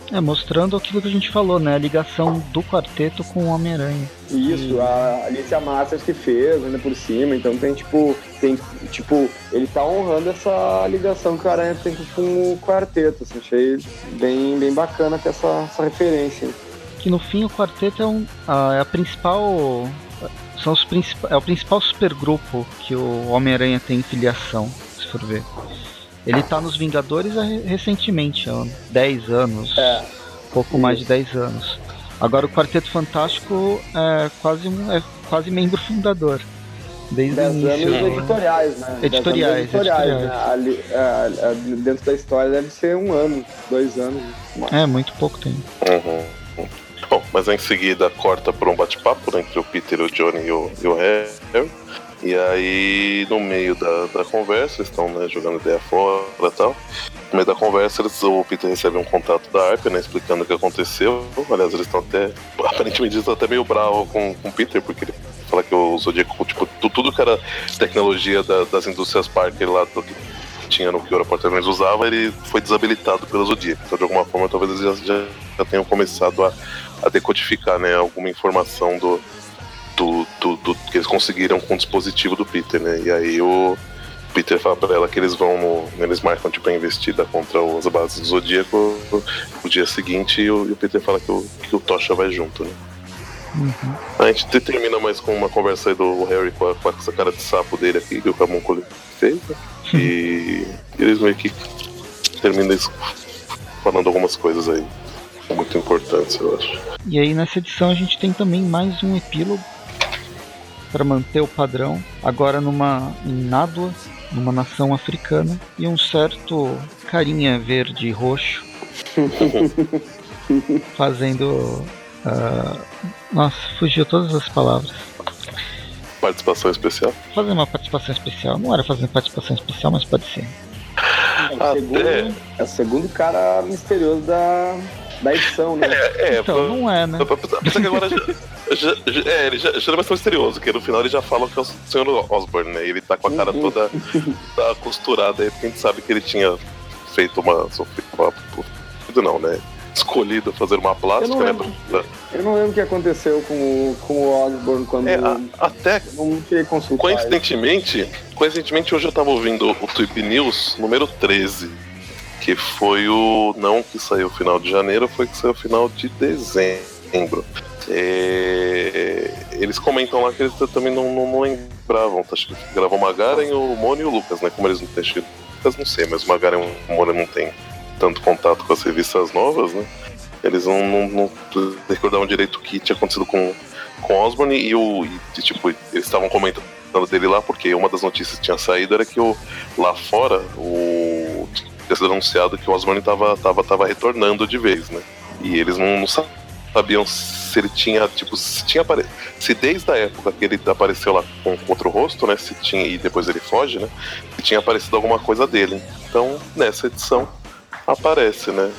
Mostrando aquilo que a gente falou, né? A ligação do quarteto com o Homem-Aranha. Isso, a Alicia Masters que fez, ainda por cima, então tem ele tá honrando essa ligação que o Aranha tem com o quarteto, assim, achei bem bacana ter essa referência. Que no fim o quarteto é a principal... é o principal supergrupo que o Homem-Aranha tem filiação, se for ver. Ele tá nos Vingadores recentemente, há 10 anos, pouco mais de 10 anos. Agora o Quarteto Fantástico é quase membro fundador, desde o início. 10 anos editoriais, né? Editoriais. Né? Dentro da história deve ser 1 ano, 2 anos. Muito pouco tempo. Uhum. Bom, mas em seguida corta por um bate-papo, né, entre o Peter, o Johnny e o Harry. E aí, no meio da conversa, eles estão, né, jogando ideia fora e tal. No meio da conversa, o Peter recebe um contato da Harper, né, explicando o que aconteceu. Aliás, eles estão aparentemente, eles estão até meio bravos com o Peter, porque ele fala que o Zodíaco, tipo, tudo que era tecnologia das indústrias Parker lá, do que tinha no que o Aeroporto usava, ele foi desabilitado pelo Zodíaco. Então, de alguma forma, talvez eles já tenham começado a decodificar, né, alguma informação do que eles conseguiram com o dispositivo do Peter, né? E aí o Peter fala pra ela que eles eles marcam tipo a investida contra as bases do Zodíaco no dia seguinte, e o Peter fala que o Tocha vai junto, né? Uhum. A gente termina mais com uma conversa aí do Harry com essa cara de sapo dele aqui, que o Camúnculo fez, né? E eles meio que terminam isso falando algumas coisas aí muito importantes, eu acho. E aí nessa edição a gente tem também mais um epílogo para manter o padrão, agora em Nádua, numa nação africana, e um certo carinha verde e roxo fazendo... nossa, fugiu todas as palavras. Participação especial? Fazer uma participação especial. Não era fazer participação especial, mas pode ser. É o segundo cara misterioso da edição, né? Então, não é, né? Pensa que agora ele já é bastante misterioso, que no final ele já fala que é o Sr. Osborn, né? Ele tá com a cara toda costurada aí, porque a gente sabe que ele tinha feito escolhido fazer uma plástica, eu não lembro o que aconteceu com o Osborn quando até não queria consultar. Coincidentemente hoje eu tava ouvindo o Tweep News número 13, que foi não que saiu no final de janeiro, foi que saiu no final de dezembro. Eles comentam lá que eles também não lembravam, acho que gravou o Magaren, o Mônio e o Lucas, né? Como eles não têm o Lucas, não sei, mas o Magaren e o Mônio não tem tanto contato com as revistas novas, né? Eles não recordavam direito o que tinha acontecido com Osborn tipo, eles estavam comentando dele lá, porque uma das notícias que tinha saído era que lá fora tinha sido anunciado que o Osborn tava retornando de vez, né? E eles não sabiam se ele tinha, tipo, se desde a época que ele apareceu lá com outro rosto, né? E depois ele foge, né? Se tinha aparecido alguma coisa dele. Então, nessa edição aparece, né?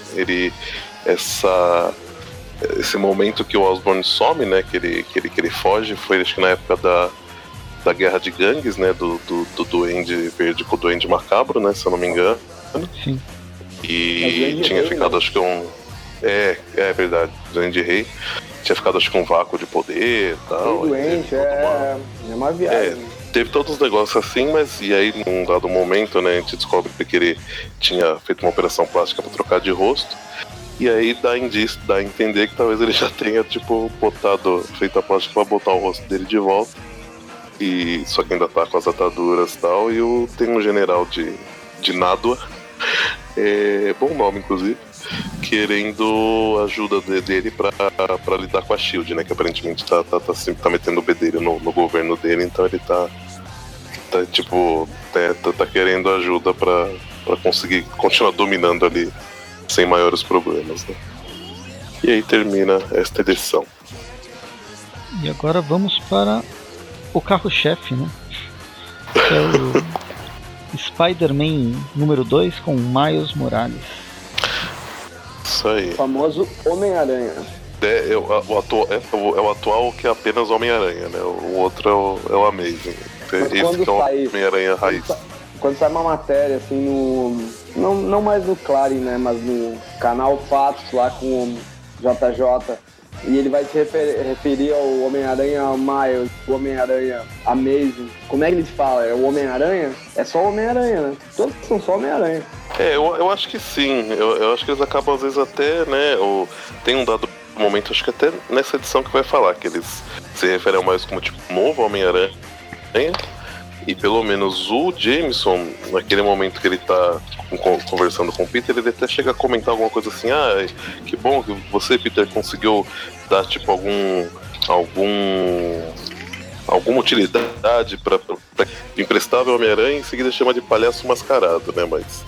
Esse momento que o Osborn some, né? Que ele foge, foi acho que na época da guerra de gangues, né? Do Duende Verde com o Duende Macabro, né? Se eu não me engano. Sim. E tinha ficado, acho que é verdade, Duende Rei. Tinha ficado, acho que um vácuo de poder e tal. Doente, é uma viagem. Teve todos os negócios assim, mas e aí num dado momento, né, a gente descobre que ele tinha feito uma operação plástica para trocar de rosto. E aí dá a entender que talvez ele já tenha, tipo, feito a plástica para botar o rosto dele de volta. E só que ainda tá com as ataduras e tal. E tem um general de Nádua, bom nome inclusive, querendo ajuda dele pra lidar com a SHIELD, né? Que aparentemente tá metendo o bedelho no governo dele, então ele tá querendo ajuda pra conseguir continuar dominando ali sem maiores problemas, né? E aí termina esta edição. E agora vamos para o carro-chefe, né? Que é o Spider-Man número 2 com Miles Morales. Isso aí. O famoso Homem-Aranha. É o atual que é apenas Homem-Aranha, né? O outro é o Amazing. Esse que é o Homem-Aranha raiz. quando sai uma matéria, assim, não mais no Clarim, né, mas no canal Fatos, lá com o JJ, e ele vai se referir ao Homem-Aranha Miles, o Homem-Aranha Amazing. Como é que ele fala? É o Homem-Aranha? É só o Homem-Aranha, né? Todos são só Homem-Aranha. Eu acho que sim. Eu acho que eles acabam, às vezes, até, né, tem um dado momento, acho que até nessa edição que vai falar, que eles se referem ao Miles como, tipo, novo Homem-Aranha. E pelo menos o Jameson, naquele momento que ele tá conversando com o Peter, ele até chega a comentar alguma coisa assim: ah, que bom que você, Peter, conseguiu dar tipo alguma utilidade pra imprestável Homem-Aranha, em seguida chama de palhaço mascarado, né? Mas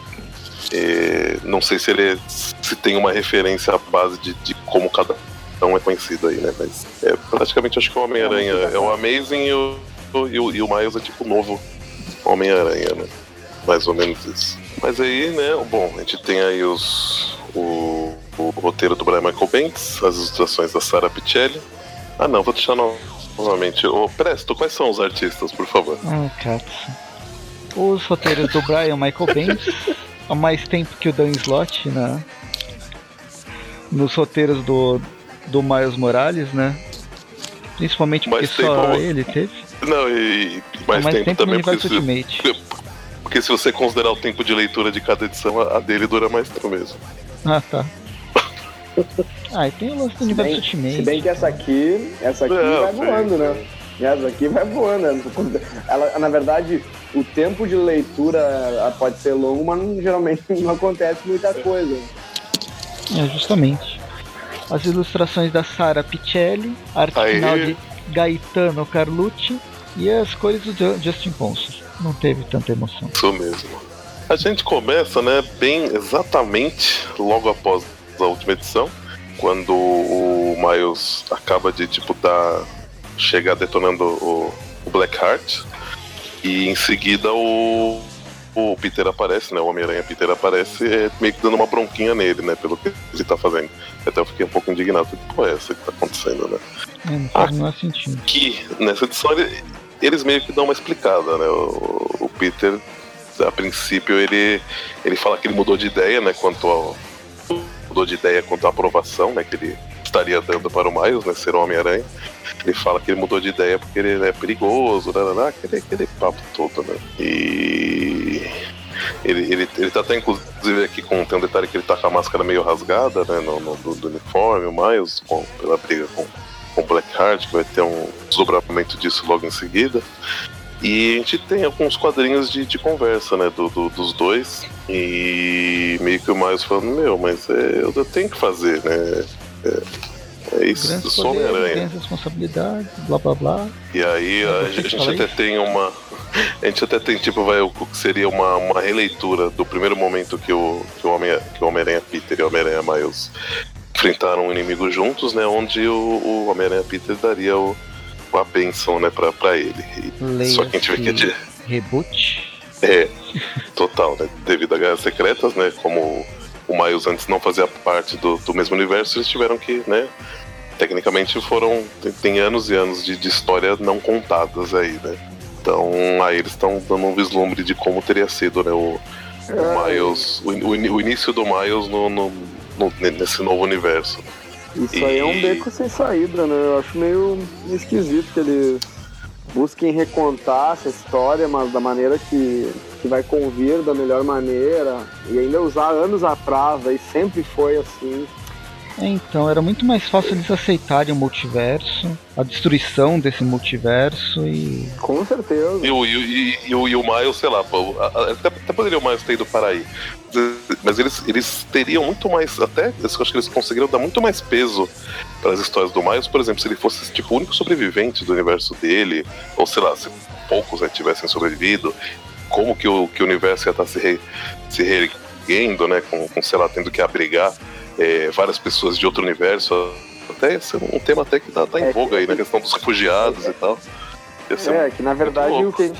não sei se tem uma referência à base de como cada um é conhecido aí, né? Mas praticamente acho que o Homem-Aranha é o Amazing e o Miles é tipo o novo Homem-Aranha, né? Mais ou menos isso. Mas aí, né, bom, a gente tem aí o roteiro do Brian Michael Bendis, as ilustrações da Sara Pichelli. Ah não, vou deixar novamente. Presto, quais são os artistas, por favor? Katsu. Os roteiros do Brian Michael Bendis, há mais tempo que o Dan Slott, né? Nos roteiros do Miles Morales, né? Principalmente porque só ele teve. Não, e mais tempo também porque se você considerar o tempo de leitura de cada edição, a dele dura mais tempo mesmo. Ah, tá. E tem o lance do universo Ultimate. Se bem que essa aqui vai voando, né? Essa aqui vai voando. Ela, na verdade, o tempo de leitura pode ser longo, mas geralmente não acontece muita coisa. Justamente. As ilustrações da Sara Pichelli, arte final de Gaetano Carlucci e as cores do Justin Ponce. Não teve tanta emoção. Isso mesmo. A gente começa, né, bem exatamente logo após a última edição, quando o Miles acaba de chegar detonando o Blackheart, e em seguida o Peter aparece, né, o Homem-Aranha Peter aparece, meio que dando uma bronquinha nele, né, pelo que ele tá fazendo. Até eu fiquei um pouco indignado, pô, é essa que tá acontecendo, né? Não faz o menor sentido. Que nessa edição eles meio que dão uma explicada, né? O Peter, a princípio, ele fala que ele mudou de ideia, né? Quanto à aprovação, né? Que ele estaria dando para o Miles, né? Ser o Homem-Aranha. Ele fala que ele mudou de ideia porque ele é perigoso, aquele papo todo, né? E ele tá até, inclusive, aqui tem um detalhe que ele tá com a máscara meio rasgada, né? Do uniforme, o Miles, pela briga com o Blackheart, que vai ter um desdobramento disso logo em seguida. E a gente tem alguns quadrinhos de conversa, né, dos dois, e meio que o Miles falando, mas eu tenho que fazer, né, é isso, eu sou Homem-Aranha. Tem responsabilidade, blá blá blá. E aí a gente até tem o que seria uma releitura do primeiro momento que o Homem-Aranha Peter e o Homem-Aranha Miles enfrentaram um inimigo juntos, né, onde o Homem-Aranha Peter daria a bênção, né, pra ele. Só que a gente vê que é de reboot. Total, né, devido a Guerras Secretas, né, como o Miles antes não fazia parte do mesmo universo, eles tiveram que, né, tecnicamente tem anos e anos de história não contadas aí, né. Então aí eles estão dando um vislumbre de como teria sido, né, o Miles, o início do Miles nesse novo universo. Isso aí é um beco sem saída, né? Eu acho meio esquisito que eles busquem recontar essa história, mas da maneira que vai convir, da melhor maneira, e ainda usar anos atrás, aí sempre foi assim. Então, era muito mais fácil eles aceitarem o multiverso, a destruição desse multiverso e... Com certeza. E o Miles, sei lá, até poderia o Miles ter ido para aí. Mas eles teriam muito mais, até, eu acho que eles conseguiram dar muito mais peso para as histórias do Miles, por exemplo, se ele fosse tipo o único sobrevivente do universo dele, ou sei lá, se poucos tivessem sobrevivido, como que o universo ia estar se reerguendo, né, com sei lá, tendo que abrigar várias pessoas de outro universo. Até esse é um tema até que tá em voga aí, na questão dos refugiados e tal. Que na verdade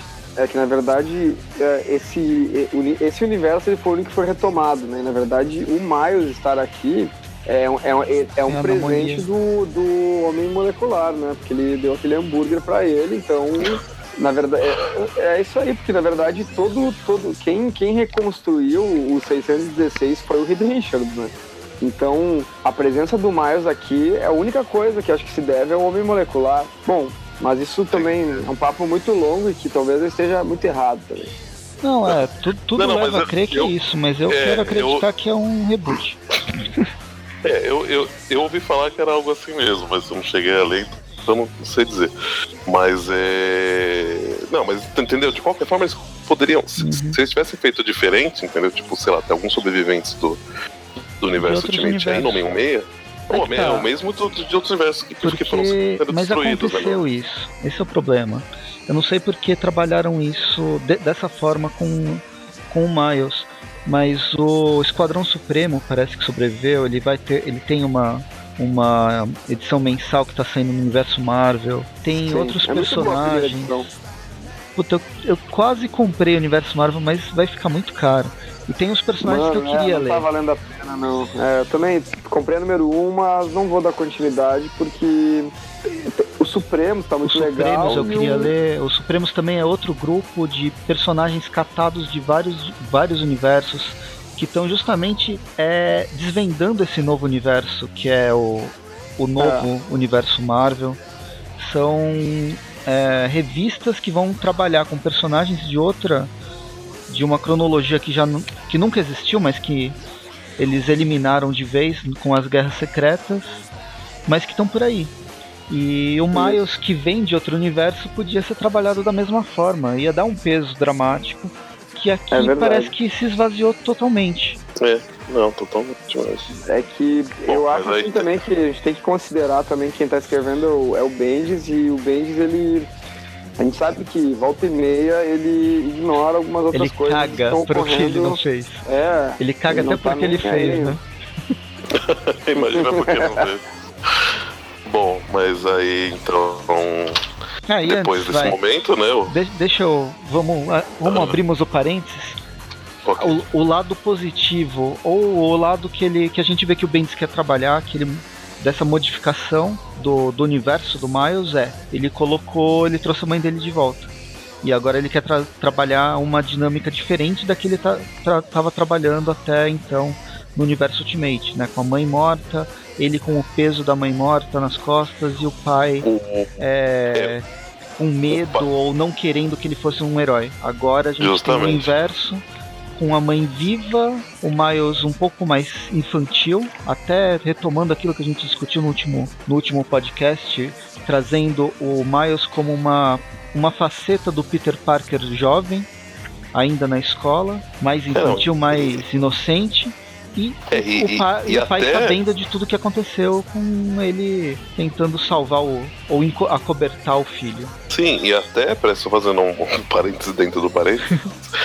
esse universo ele foi o único que foi retomado, né? Na verdade, o Miles estar aqui é um presente do Homem Molecular, né? Porque ele deu aquele hambúrguer pra ele, então Na verdade, é isso aí, porque na verdade quem reconstruiu o 616 foi o Reed Richards, né? Então, a presença do Miles aqui é a única coisa que acho que se deve ao homem molecular. Bom, mas isso também é um papo muito longo e que talvez eu esteja muito errado também. Não, tudo leva a crer que é isso, mas eu quero acreditar que é um reboot. Eu ouvi falar que era algo assim mesmo, mas eu não cheguei a ler, então não sei dizer. Mas não, mas entendeu? De qualquer forma, eles poderiam. Se eles tivessem feito diferente, entendeu? Tipo, sei lá, tem alguns sobreviventes do universo Ultimate aí no 66. Pô, é o mesmo de outros universos que foram sendo mas destruídos. Aconteceu isso. Esse é o problema. Eu não sei porque trabalharam isso dessa forma com o Miles. Mas o Esquadrão Supremo parece que sobreviveu. Ele tem uma edição mensal que está saindo no universo Marvel. Tem outros personagens. Puta, eu quase comprei o universo Marvel, mas vai ficar muito caro. E tem os personagens que eu queria ler. Não tá valendo a pena, não. Eu também comprei a número 1, mas não vou dar continuidade, porque o Supremos tá muito legal. O Supremos eu queria ler. O Supremos também é outro grupo de personagens catados de vários universos, que estão justamente desvendando esse novo universo, que é o novo universo Marvel. São revistas que vão trabalhar com personagens de uma cronologia que nunca existiu, mas que eles eliminaram de vez com as Guerras Secretas, mas que estão por aí. E o Miles, que vem de outro universo, podia ser trabalhado da mesma forma, ia dar um peso dramático, que aqui parece que se esvaziou totalmente. Não, totalmente. Mas... É que eu acho assim também que a gente tem que considerar também quem tá escrevendo é o Bendis, e o Bendis, a gente sabe que volta e meia ele ignora algumas outras coisas. Ele caga pro que ele não fez. Ele caga até porque ele fez, né? Imagina porque não fez. Bom, mas aí então... depois desse momento, né? Deixa eu... Vamos abrirmos o parênteses. Okay. O lado positivo, ou o lado que a gente vê que o Bendis quer trabalhar, dessa modificação do universo do Miles, ele trouxe a mãe dele de volta. E agora ele quer trabalhar uma dinâmica diferente da que ele estava trabalhando até então no universo Ultimate, né? Com a mãe morta, ele com o peso da mãe morta nas costas e o pai com medo ou não querendo que ele fosse um herói. Agora a gente tem o inverso, com a mãe viva, o Miles um pouco mais infantil, até retomando aquilo que a gente discutiu no último podcast, trazendo o Miles como uma faceta do Peter Parker jovem, ainda na escola, mais infantil, mais inocente, e o pai sabendo de tudo que aconteceu com ele tentando salvar ou acobertar o filho. Sim, e até, só fazendo um parênteses dentro do parênteses,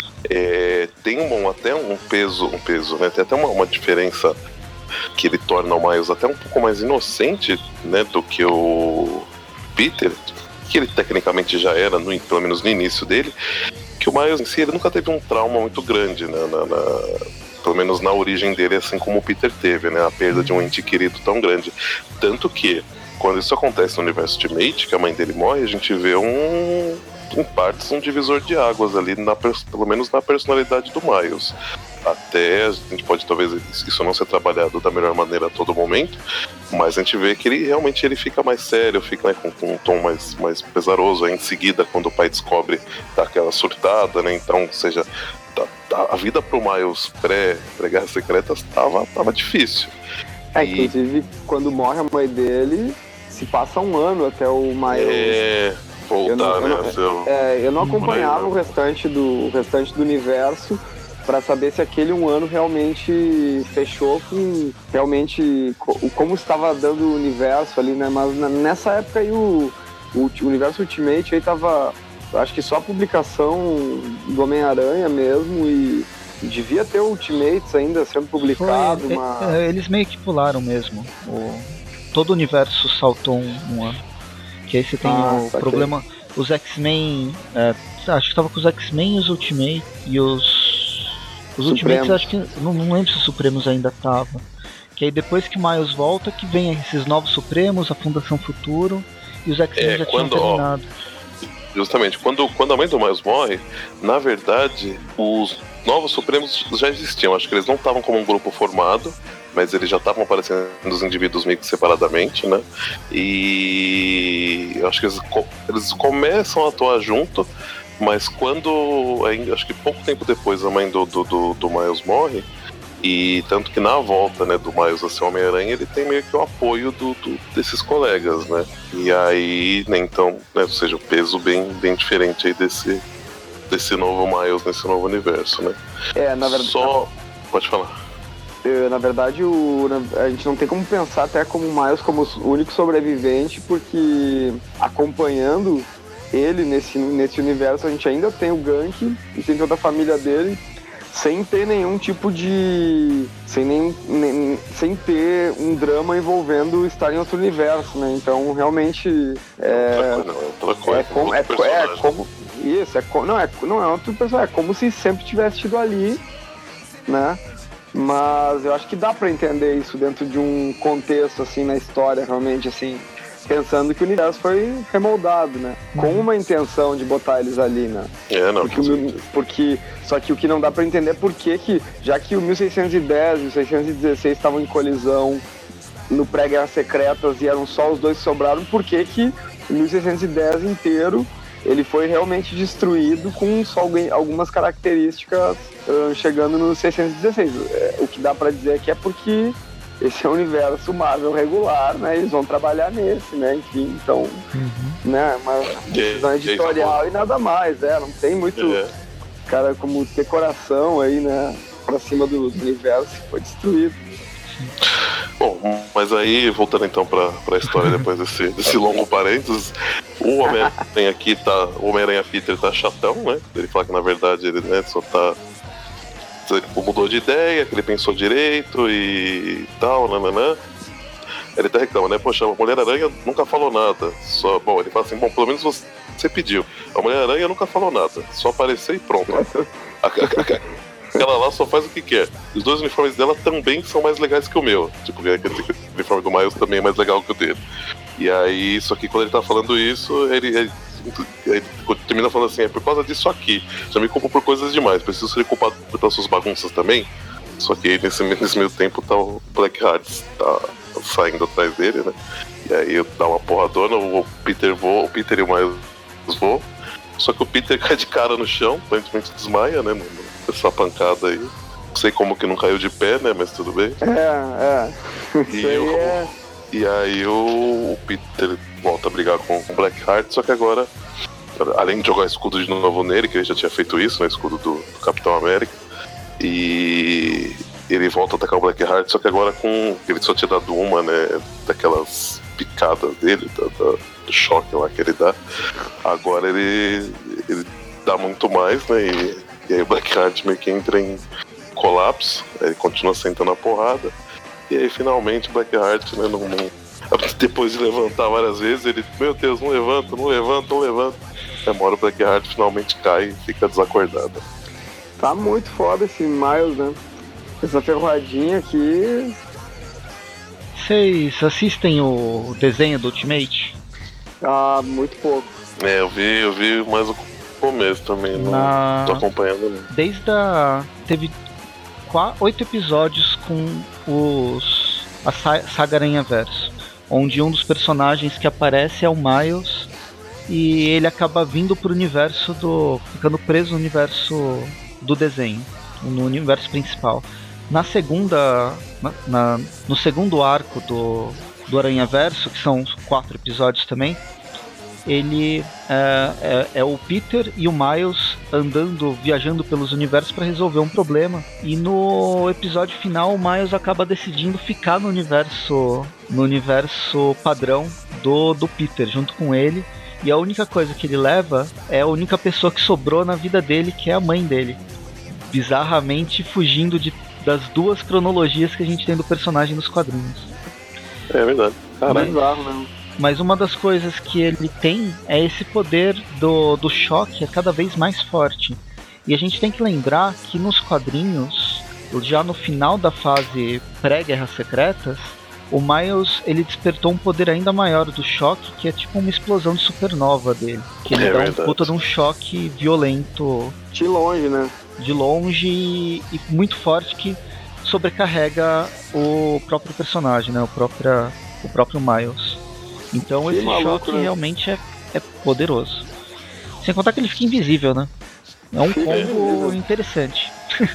tem até um peso, né? Tem até uma diferença que ele torna o Miles até um pouco mais inocente, né, do que o Peter, que ele tecnicamente já era, pelo menos no início dele, que o Miles em si ele nunca teve um trauma muito grande, né, pelo menos na origem dele, assim como o Peter teve, né, a perda de um ente querido tão grande. Tanto que, quando isso acontece no universo Ultimate, que a mãe dele morre, a gente vê em partes um divisor de águas ali, pelo menos na personalidade do Miles. Até a gente pode talvez isso não ser trabalhado da melhor maneira a todo momento, mas a gente vê que ele realmente fica mais sério, fica, né, com um tom mais pesaroso. Aí em seguida, quando o pai descobre, tá aquela surtada, né? Então, ou seja, a vida pro Miles pré-Guerras Secretas tava difícil. Inclusive, quando morre a mãe dele, se passa um ano até o Miles voltar, eu não acompanhava o restante do universo para saber se aquele um ano realmente fechou com realmente como estava dando o universo ali, né? Mas nessa época aí o universo Ultimate aí tava, acho que só a publicação do Homem-Aranha mesmo, e devia ter o Ultimates ainda sendo publicado. Eles meio que pularam mesmo. Todo o universo saltou um ano. Que aí você tem o problema. Os X-Men. Acho que tava com os X-Men e os Ultimate. E os Ultimates, acho que. Não lembro se os Supremos ainda estavam. Que aí depois que o Miles volta, que vem esses novos Supremos, a Fundação Futuro. E os X-Men já tinham terminado. Justamente, quando a mãe do Miles morre, na verdade, os Novos Supremos já existiam. Acho que eles não estavam como um grupo formado, mas eles já estavam aparecendo os indivíduos meio que separadamente, né? E eu acho que eles começam a atuar junto, mas quando, acho que pouco tempo depois, a mãe do Miles morre, e tanto que na volta, né, do Miles a ser Homem-Aranha, ele tem meio que o apoio desses colegas, né? E aí, né, então, né, ou seja, o peso bem diferente aí desse novo Miles, nesse novo universo, né? Na verdade... Pode falar. Na verdade, a gente não tem como pensar até como o Miles como o único sobrevivente, porque acompanhando ele nesse universo, a gente ainda tem o Gank e tem toda a família dele, sem ter nenhum tipo de... sem ter um drama envando estar em outro universo, né? Então, realmente... Não é outro personagem, é como se sempre tivesse tido ali, né? Mas eu acho que dá pra entender isso dentro de um contexto, assim, na história, realmente, assim, pensando que o universo foi remoldado, né? Com uma intenção de botar eles ali, né? Porque só que o que não dá pra entender é por que, já que o 1610 e o 616 estavam em colisão no pré-Guerras Secretas e eram só os dois que sobraram, por que o 1610 inteiro ele foi realmente destruído com só algumas características chegando no 616. O que dá pra dizer aqui é porque esse é o universo Marvel regular, né? Eles vão trabalhar nesse, né? Enfim, então, né? Uma decisão editorial e nada mais, não tem muito cara como decoração aí, né? Pra cima do universo que foi destruído. Bom, mas aí, voltando então pra história depois desse longo parênteses, o Homem-Aranha aqui o Homem-Aranha Peter tá chatão, né? Ele fala que na verdade ele, né, só tá... Ele mudou de ideia, que ele pensou direito e tal, nananã. Ele até reclama, né? Poxa, a Mulher-Aranha nunca falou nada. Bom, ele fala assim, bom, pelo menos você pediu. A Mulher-Aranha nunca falou nada, só aparecer e pronto. Ela lá só faz o que quer. Os dois uniformes dela também são mais legais que o meu. Tipo, aquele uniforme do Miles também é mais legal que o dele. E aí, só que quando ele tá falando isso, ele termina falando assim, é por causa disso aqui. Já me culpo por coisas demais. Preciso ser culpado pelas suas bagunças também. Só que nesse meio tempo tá o Blackheart tá saindo atrás dele, né? E aí dá uma porradona, o Peter e o Miles voam. Só que o Peter cai de cara no chão, aparentemente desmaia, né? Essa pancada aí. Não sei como que não caiu de pé, né? Mas tudo bem. E aí o Peter volta a brigar com o Blackheart, só que agora, além de jogar escudo de novo nele, que ele já tinha feito isso, né? Escudo do Capitão América. E ele volta a atacar o Blackheart, só que agora ele só tinha dado uma, né? Daquelas picadas dele, do choque lá que ele dá. Agora ele dá muito mais, né? E aí o Blackheart meio que entra em colapso, ele continua sentando a porrada, e aí finalmente o Blackheart, né, depois de levantar várias vezes, ele, meu Deus, não levanta. Uma hora o Blackheart finalmente cai e fica desacordado. Tá muito foda esse Miles, né? Essa ferroadinha aqui. Vocês assistem o desenho do Ultimate? Muito pouco. Eu vi mais o começo também, não tô acompanhando não. Teve 8 episódios com a saga Aranhaverso, onde um dos personagens que aparece é o Miles e ele acaba vindo pro universo ficando preso no universo do desenho, no universo principal. No segundo arco do Aranhaverso, que são 4 episódios também, ele é o Peter e o Miles viajando pelos universos para resolver um problema. E no episódio final, o Miles acaba decidindo ficar no universo padrão do Peter, junto com ele. E a única coisa que ele leva é a única pessoa que sobrou na vida dele, que é a mãe dele. Bizarramente fugindo das 2 cronologias que a gente tem do personagem nos quadrinhos. É verdade. Caramba, bizarro mesmo. Mas uma das coisas que ele tem é esse poder do choque, é cada vez mais forte. E a gente tem que lembrar que nos quadrinhos, já no final da fase pré-Guerras Secretas, o Miles, ele despertou um poder ainda maior do choque, que é tipo uma explosão de supernova dele. Que ele dá um puta de um choque violento. De longe, né? De longe e muito forte, que sobrecarrega o próprio personagem, né? O próprio Miles. Então esse choque realmente é poderoso. Sem contar que ele fica invisível, né? É um combo interessante.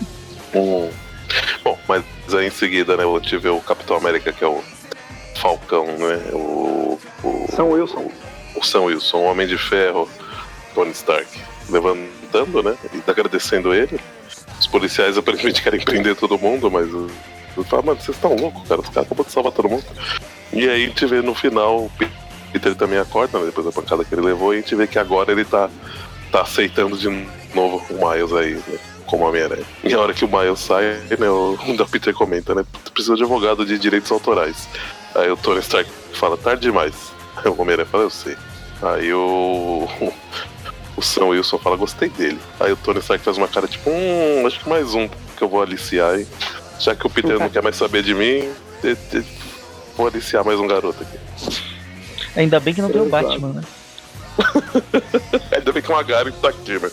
Bom, mas aí em seguida, né, eu tive o Capitão América, que é o Falcão, né? O Sam Wilson. O Sam Wilson, o Homem de Ferro, Tony Stark, levantando, né? E agradecendo ele. Os policiais aparentemente querem prender todo mundo, mas eu falo, mano, vocês estão loucos, cara. Os caras acabam de salvar todo mundo. E aí a gente vê no final, o Peter também acorda, né, depois da pancada que ele levou, e a gente vê que agora ele tá aceitando de novo o Miles aí, né, como Homem-Aranha. E a hora que o Miles sai, né, o Peter comenta, né, precisa de advogado de direitos autorais. Aí o Tony Stark fala, tarde demais. Aí o Homem-Aranha fala, eu sei. Aí o Sam Wilson fala, gostei dele. Aí o Tony Stark faz uma cara tipo, acho que mais um que eu vou aliciar, hein. Já que o Peter não quer mais saber de mim, vou aliciar mais um garoto aqui. Ainda bem que não tem o Batman, né? Ainda bem que o Magari tá aqui, né?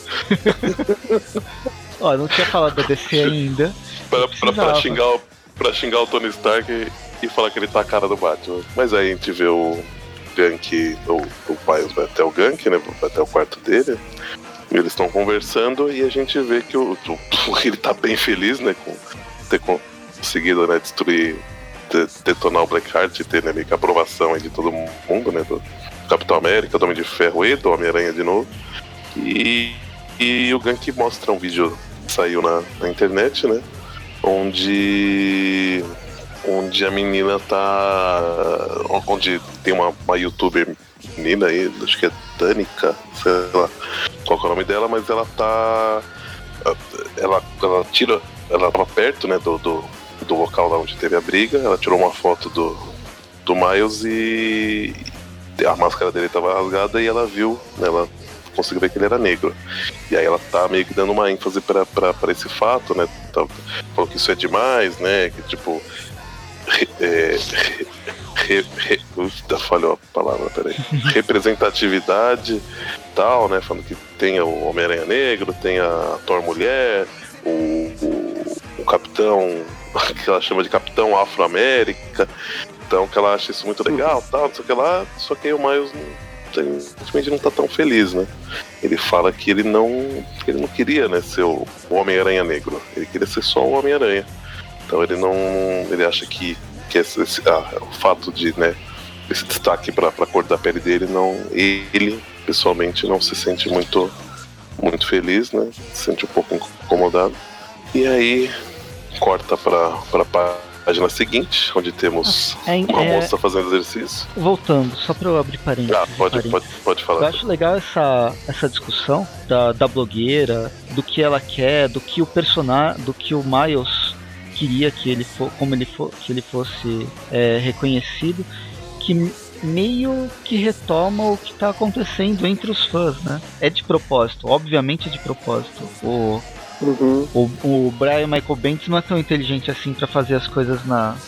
Ó, não tinha falado da DC ainda. pra xingar o Tony Stark e falar que ele tá a cara do Batman. Mas aí a gente vê o Gank, o Miles vai até o Gank, né? Vai até o quarto dele. E eles estão conversando e a gente vê que ele tá bem feliz, né? Com ter conseguido, né, destruir, detonar o Blackheart e ter, né, meio que a aprovação aí de todo mundo, né? Do Capitão América, do Homem de Ferro e do Homem-Aranha de novo. E o Gank mostra um vídeo que saiu na internet, né? Onde a menina tá. Onde tem uma youtuber menina aí, acho que é Danica, sei lá qual é o nome dela, mas ela tá. Ela tava perto, né, do local lá onde teve a briga, ela tirou uma foto do Miles e a máscara dele tava rasgada e ela viu, né, ela conseguiu ver que ele era negro. E aí ela tá meio que dando uma ênfase pra esse fato, né? Falou que isso é demais, né? Que tipo. Falhou a palavra, peraí. Representatividade tal, né? Falando que tem o Homem-Aranha Negro, tem a Thor Mulher, o Capitão, que ela chama de Capitão Afro-América. Então que ela acha isso muito legal, tal, não sei o que lá. Só que aí o Miles simplesmente não tá tão feliz, né? Ele fala que ele não queria, né, ser o Homem-Aranha Negro. Ele queria ser só o Homem-Aranha. Então ele acha que o fato de, né, esse destaque pra cor da pele dele, ele pessoalmente não se sente muito feliz, né? Se sente um pouco incomodado. E aí corta pra página seguinte, onde temos uma moça fazendo exercício. Voltando, só pra eu abrir parênteses. Pode falar. Eu acho legal essa discussão da blogueira, do que ela quer, do que o personagem, do que o Miles queria que ele fosse reconhecido, que meio que retoma o que tá acontecendo entre os fãs, né? É de propósito, obviamente é de propósito. O Brian Michael Bendis não é tão inteligente assim pra fazer as coisas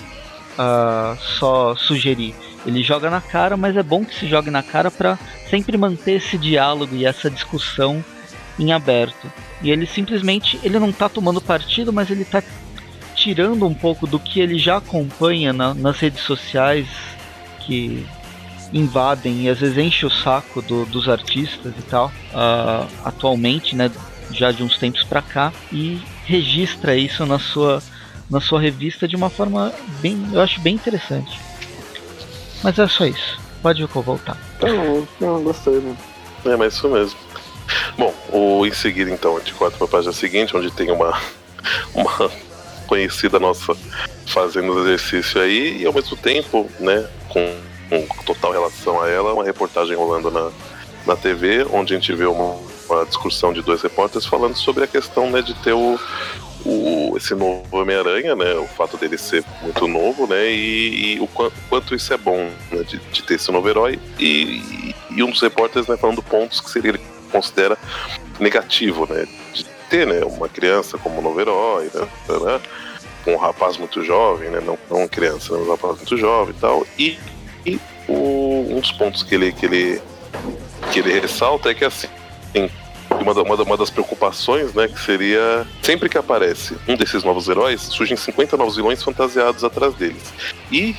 só sugerir. Ele joga na cara, mas é bom que se jogue na cara pra sempre manter esse diálogo e essa discussão em aberto. E ele simplesmente, ele não tá tomando partido, mas ele tá tirando um pouco do que ele já acompanha nas redes sociais, que invadem e às vezes enchem o saco dos artistas e tal, atualmente, né, já de uns tempos pra cá, e registra isso na sua revista de uma forma eu acho bem interessante. Mas é só isso, pode voltar. Não, gostei, né? Mas isso mesmo. Bom, em seguida então a gente corta pra página seguinte, onde tem uma conhecida nossa fazendo exercício aí, e ao mesmo tempo, né, com total relação a ela, uma reportagem rolando na TV, onde a gente vê uma discussão de dois repórteres falando sobre a questão, né, de ter esse novo Homem-Aranha, né, o fato dele ser muito novo, né, e o quanto isso é bom, né, de ter esse novo herói, e um dos repórteres, né, falando pontos que ele considera negativo, né, de ter, né, uma criança como novo herói, né, com um rapaz muito jovem, né? Não uma criança, mas um rapaz muito jovem e tal. E um dos pontos que ele ressalta é que assim, uma das preocupações, né, que seria sempre que aparece um desses novos heróis, surgem 50 novos vilões fantasiados atrás deles. E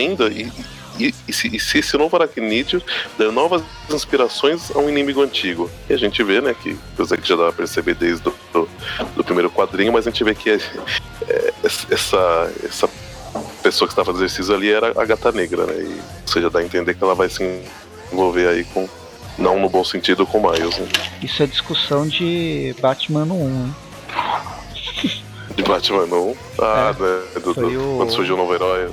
se esse novo aracnídeo der novas inspirações a um inimigo antigo. E a gente vê, né, que coisa que já dá pra perceber desde do primeiro quadrinho, mas a gente vê que essa pessoa que está fazendo exercício ali era a Gata Negra, né? E, ou seja, dá a entender que ela vai se envolver aí com, não no bom sentido, com o Miles, né? Isso é discussão de Batman 1, hein? De Batman 1? Ah, né? Quando surgiu o novo herói.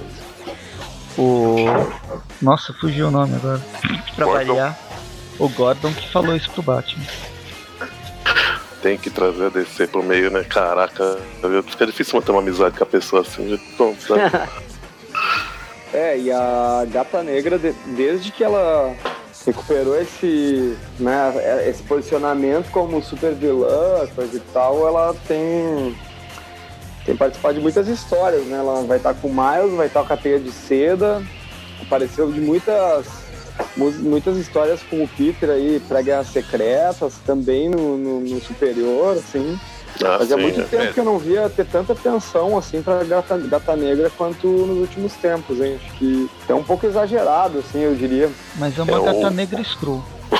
Nossa, fugiu o nome agora. Pra variar, o Gordon que falou isso pro Batman. Tem que trazer a DC pro meio, né? Caraca, fica difícil manter uma amizade com a pessoa assim. Pronto, sabe? E a Gata Negra, desde que ela recuperou esse posicionamento como super vilã, coisa e tal, ela tem participado de muitas histórias, né? Ela vai estar com o Miles, vai estar com a Teia de Seda, apareceu de muitas histórias com o Peter aí pra Guerras Secretas, também no Superior, assim. Fazia muito tempo que eu não via ter tanta atenção assim pra Gata Negra quanto nos últimos tempos, hein? Acho que é um pouco exagerado, assim, eu diria. Mas é uma Gata Negra screw.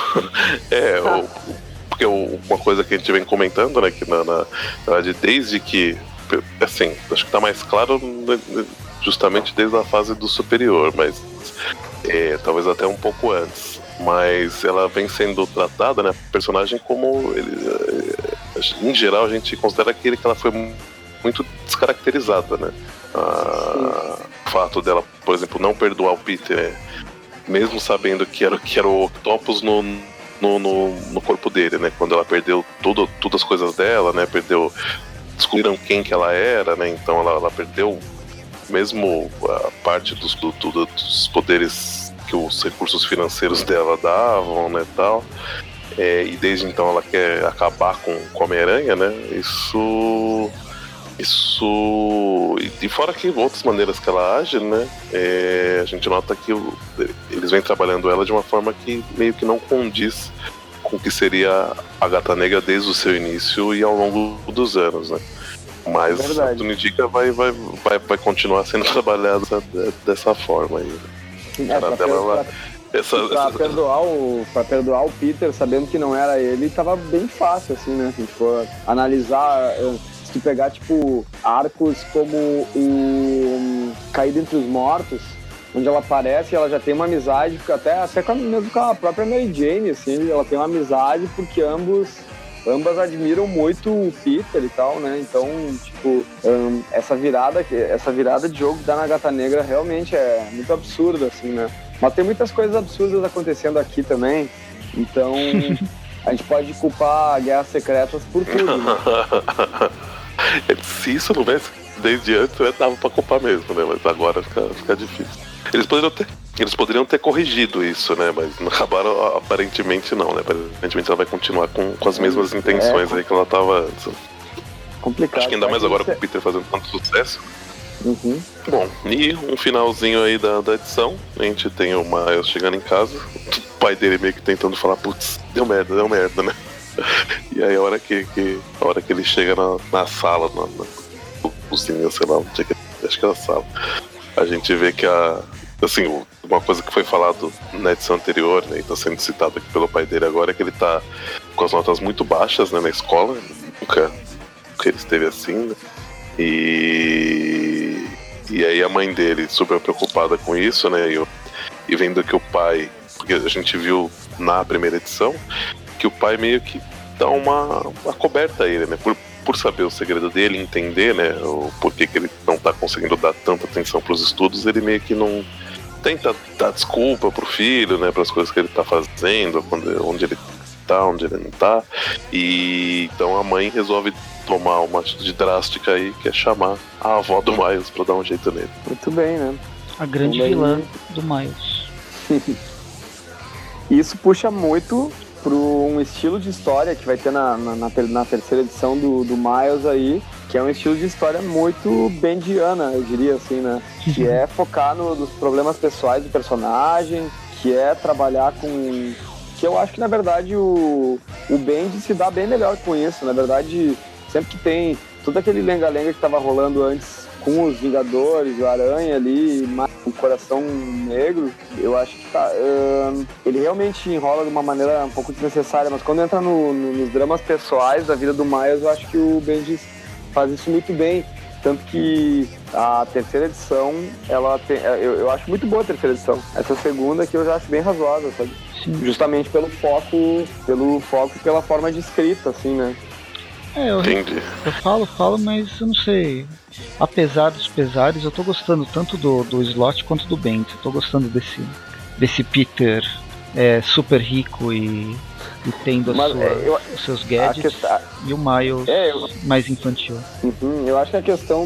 Porque uma coisa que a gente vem comentando, né, que na verdade, desde que, assim, acho que tá mais claro justamente desde a fase do Superior, mas talvez até um pouco antes. Mas ela vem sendo tratada, né, personagem como em geral a gente considera que ela foi muito descaracterizada, né? O fato dela, por exemplo, não perdoar o Peter, mesmo sabendo que era o Octopus no corpo dele, né? Quando ela perdeu tudo as coisas dela, né? Descobriram quem que ela era, né? Então ela perdeu mesmo a parte dos poderes que os recursos financeiros dela davam, né, tal. E desde então ela quer acabar com o Homem-Aranha, né? Isso e fora que outras maneiras que ela age, né? A gente nota que eles vêm trabalhando ela de uma forma que meio que não condiz com o que seria a Gata Negra desde o seu início e ao longo dos anos, né? Mas a tudo indica vai continuar sendo trabalhada dessa forma aí. Pra perdoar o Peter, sabendo que não era ele, tava bem fácil, assim, né? Se a gente for analisar, se tu pegar, tipo, arcos como o Caído Entre os Mortos, onde ela aparece e ela já tem uma amizade, até mesmo com a própria Mary Jane, assim, ela tem uma amizade porque ambas admiram muito o Peter e tal, né? Então, tipo, essa virada de jogo da Gata Negra realmente é muito absurda, assim, né? Mas tem muitas coisas absurdas acontecendo aqui também, então a gente pode culpar Guerras Secretas por tudo, né? Se isso não viesse desde antes, dava pra culpar mesmo, né? Mas agora fica difícil. Eles poderiam ter corrigido isso, né? Mas não acabaram, aparentemente não, né? Aparentemente ela vai continuar com as mesmas intenções aí que ela tava antes. Complicado. Acho que ainda mais agora com o Peter fazendo tanto sucesso. Uhum. Bom, e um finalzinho aí da edição. A gente tem o Miles chegando em casa, o pai dele meio que tentando falar, putz, deu merda, né? E aí a hora que ele chega na sala, na cozinha, sei lá, acho que é a sala, a gente vê que assim, uma coisa que foi falado na edição anterior, né, e tá sendo citado aqui pelo pai dele agora, é que ele tá com as notas muito baixas, né, na escola. Nunca ele esteve assim, né? E aí a mãe dele super preocupada com isso, né, e vendo que o pai, porque a gente viu na primeira edição que o pai meio que dá uma coberta a ele, né, por saber o segredo dele, entender, né, o porquê que ele não tá conseguindo dar tanta atenção pros estudos, ele meio que não tenta dar desculpa pro filho, né, pras coisas que ele tá fazendo, onde ele tá, onde ele não tá. E então a mãe resolve tomar uma atitude drástica aí, que é chamar a avó do Miles pra dar um jeito nele. Muito bem, né? A grande vilã do Miles. Isso puxa muito pro um estilo de história que vai ter na terceira edição do Miles aí, que é um estilo de história muito bendiana, eu diria assim, né? Que é focar nos problemas pessoais do personagem, que é trabalhar com... Que eu acho que, na verdade, o Bendis se dá bem melhor com isso. Na verdade, sempre que tem todo aquele lenga-lenga que estava rolando antes com os Vingadores, o Aranha ali, o Coração Negro, eu acho que ele realmente enrola de uma maneira um pouco desnecessária, mas quando entra nos dramas pessoais da vida do Miles, eu acho que o Bendis faz isso muito bem. Tanto que a terceira edição, ela tem, eu acho muito boa a terceira edição. Essa segunda que eu já acho bem razoável, sabe? Sim. Justamente pelo foco e pela forma de escrita, assim, né? Eu falo, mas eu não sei. Apesar dos pesares, eu tô gostando tanto do Slott quanto do Bendis. Eu tô gostando desse Peter super rico e tendo os seus gadgets, e o Miles mais infantil. Eu acho que a questão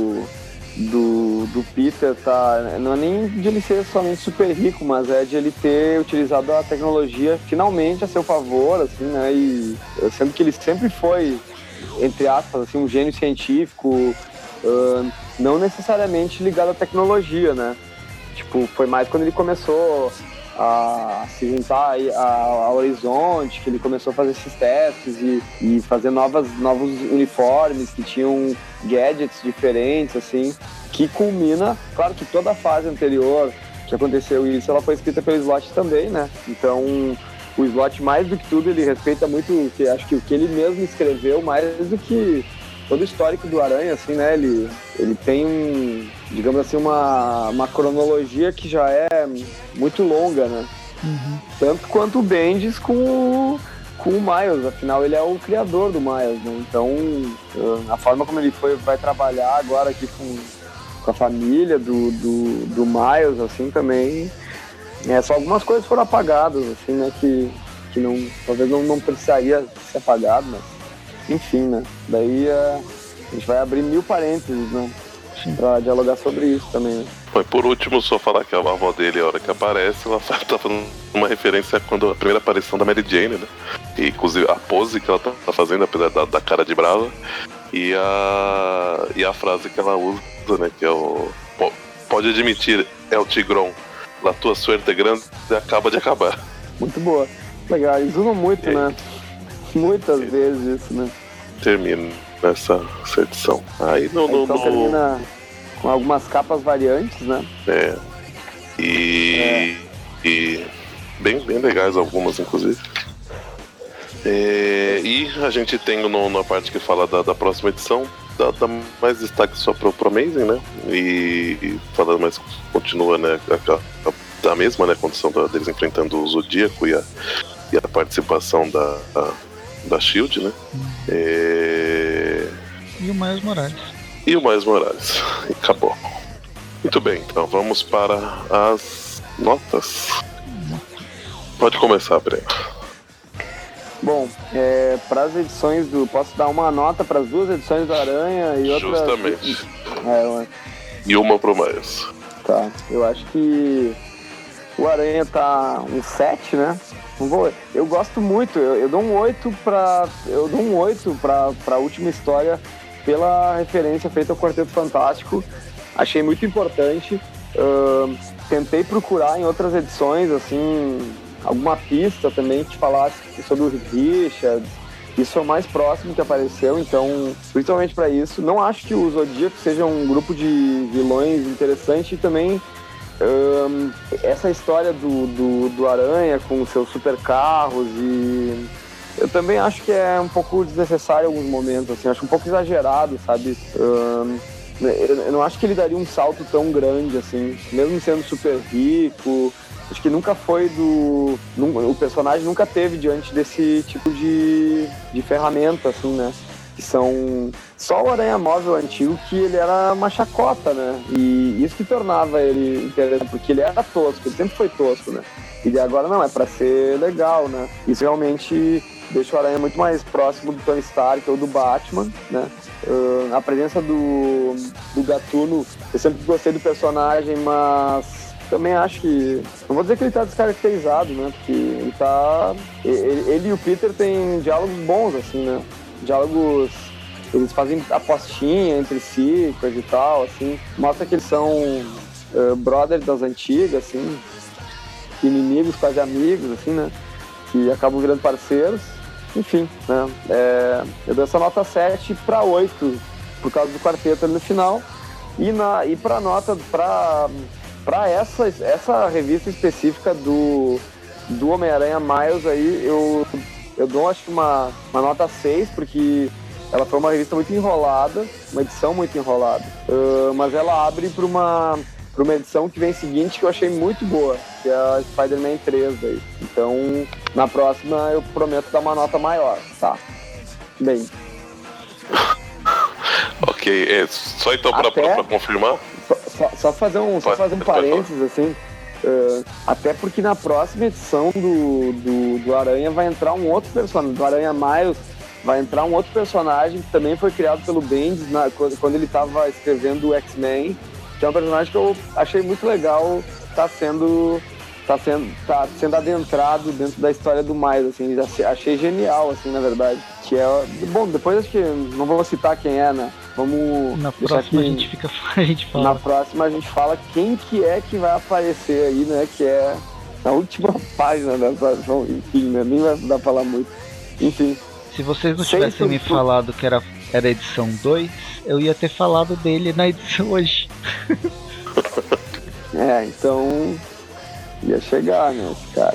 do Peter não é nem de ele ser somente super rico, mas é de ele ter utilizado a tecnologia finalmente a seu favor, assim, né? E sendo que ele sempre foi, entre aspas, assim, um gênio científico, não necessariamente ligado à tecnologia, né? Tipo, foi mais quando ele começou a se juntar ao Horizonte, que ele começou a fazer esses testes e fazer novos uniformes que tinham gadgets diferentes, assim, que culmina, claro que toda a fase anterior que aconteceu isso, ela foi escrita pelo Slott também, né? Então, o Slott, mais do que tudo, ele respeita muito, acho que o que ele mesmo escreveu, mais do que todo o histórico do Aranha, assim, né? Ele tem digamos assim, uma cronologia que já é muito longa, né? Tanto quanto o Bendis com o Miles, afinal ele é o criador do Miles, né? Então a forma como ele vai trabalhar agora aqui com a família do Miles, assim, também só algumas coisas foram apagadas, assim, né? Que não, talvez não precisaria ser apagado, mas enfim, né? Daí a gente vai abrir 1000 parênteses, né? Pra dialogar sobre isso também, né? Por último, só falar que a avó dele, a hora que aparece, ela tá fazendo uma referência a a primeira aparição da Mary Jane, né? E inclusive a pose que ela tá fazendo, apesar da cara de brava, e a frase que ela usa, né? Que é o... Pode admitir, é o Tigron, la tua suerte grande acaba de acabar. Muito boa. Legal, eles usam muito, né? Muitas vezes isso, né? Termina nessa edição. Aí então termina com algumas capas variantes, né? E bem legais algumas, inclusive. E a gente tem na parte que fala da próxima edição, dá mais destaque só pro Amazing, né? E falando mais, continua, né? A mesma, né? Condição deles enfrentando o Zodíaco e a participação da SHIELD, né? E o Miles Morales. E acabou. Muito bem, então vamos para as notas. Pode começar, Breno. Bom, para as edições posso dar uma nota para as 2 edições do Aranha e outra... Justamente. E uma pro Miles. Tá, eu acho que o Aranha tá um 7, né? Eu gosto muito, eu dou um 8 pra a última história pela referência feita ao Quarteto Fantástico. Achei muito importante. Tentei procurar em outras edições, assim, alguma pista também que falasse sobre o Richard. Isso é o mais próximo que apareceu, então, principalmente para isso. Não acho que o Zodíaco seja um grupo de vilões interessante, e também essa história do Aranha com seus super carros, e eu também acho que é um pouco desnecessário em alguns momentos, assim, acho um pouco exagerado, sabe? Eu não acho que ele daria um salto tão grande, assim, mesmo sendo super rico. Acho que nunca foi o personagem nunca teve diante desse tipo de ferramenta, assim, né? Que são só o Aranha Móvel antigo, que ele era uma chacota, né? E isso que tornava ele interessante, porque ele era tosco, ele sempre foi tosco, né? E agora não, é pra ser legal, né? Isso realmente deixa o Aranha muito mais próximo do Tony Stark ou do Batman, né? A presença do Gatuno, eu sempre gostei do personagem, mas também acho que... Não vou dizer que ele tá descaracterizado, né? Porque ele e o Peter têm diálogos bons, assim, né? Diálogos eles fazem apostinha entre si, coisa e tal, assim. Mostra que eles são brothers das antigas, assim, inimigos, quase amigos, assim, né? Que acabam virando parceiros. Enfim, né? Eu dou essa nota 7 para 8 por causa do quarteto ali no final. E para nota, para essa revista específica do Homem-Aranha Miles aí, eu dou acho que uma nota 6, porque ela foi uma revista muito enrolada, uma edição muito enrolada, mas ela abre para uma edição que vem seguinte que eu achei muito boa, que é a Spider-Man 3 daí. Então, na próxima eu prometo dar uma nota maior, tá? Bem. Ok, só então para confirmar? Só fazer um parênteses, assim, até porque na próxima edição do Aranha vai entrar um outro personagem, do Aranha Miles, vai entrar um outro personagem que também foi criado pelo Bendis quando ele estava escrevendo o X-Men, que é um personagem que eu achei muito legal, tá sendo adentrado dentro da história do Miles, assim, achei genial, assim, na verdade. Que é, bom, depois acho que não vou citar quem é, né? Vamos na próxima a gente fala. Na próxima a gente fala quem que é que vai aparecer aí, né? Que é na última página dessa, enfim, né? Nem vai dar pra falar muito. Enfim. Se vocês não tivessem me falado que era a edição 2, eu ia ter falado dele na edição hoje. Então ia chegar, né, esse cara.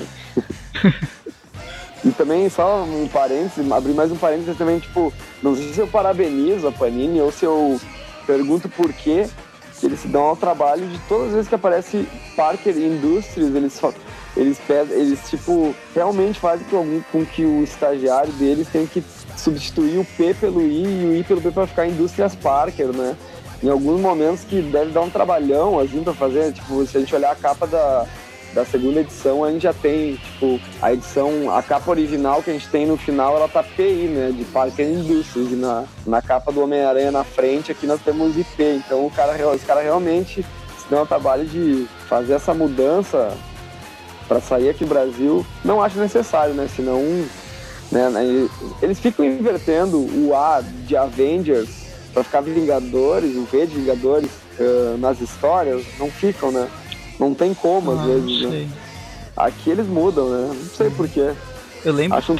E também, só um parênteses, abrir mais um parênteses também, tipo, não sei se eu parabenizo a Panini ou se eu pergunto por que eles se dão ao trabalho de todas as vezes que aparece Parker Industries, eles tipo, realmente fazem com que o estagiário deles tenha que substituir o P pelo I e o I pelo P para ficar Indústrias Parker, né? Em alguns momentos que deve dar um trabalhão, assim, pra fazer, tipo, se a gente olhar a capa da segunda edição, a gente já tem, tipo, a capa original que a gente tem no final, ela tá PI, né, de Parker Industries, e na capa do Homem-Aranha na frente, aqui nós temos IP, então os caras realmente se dão o trabalho de fazer essa mudança para sair aqui do Brasil. Não acho necessário, né, senão, né, eles ficam invertendo o A de Avengers para ficar Vingadores, o V de Vingadores nas histórias, não ficam, né? Não tem como, às vezes, né? Aqui eles mudam, né? Não sei porquê. Eu lembro que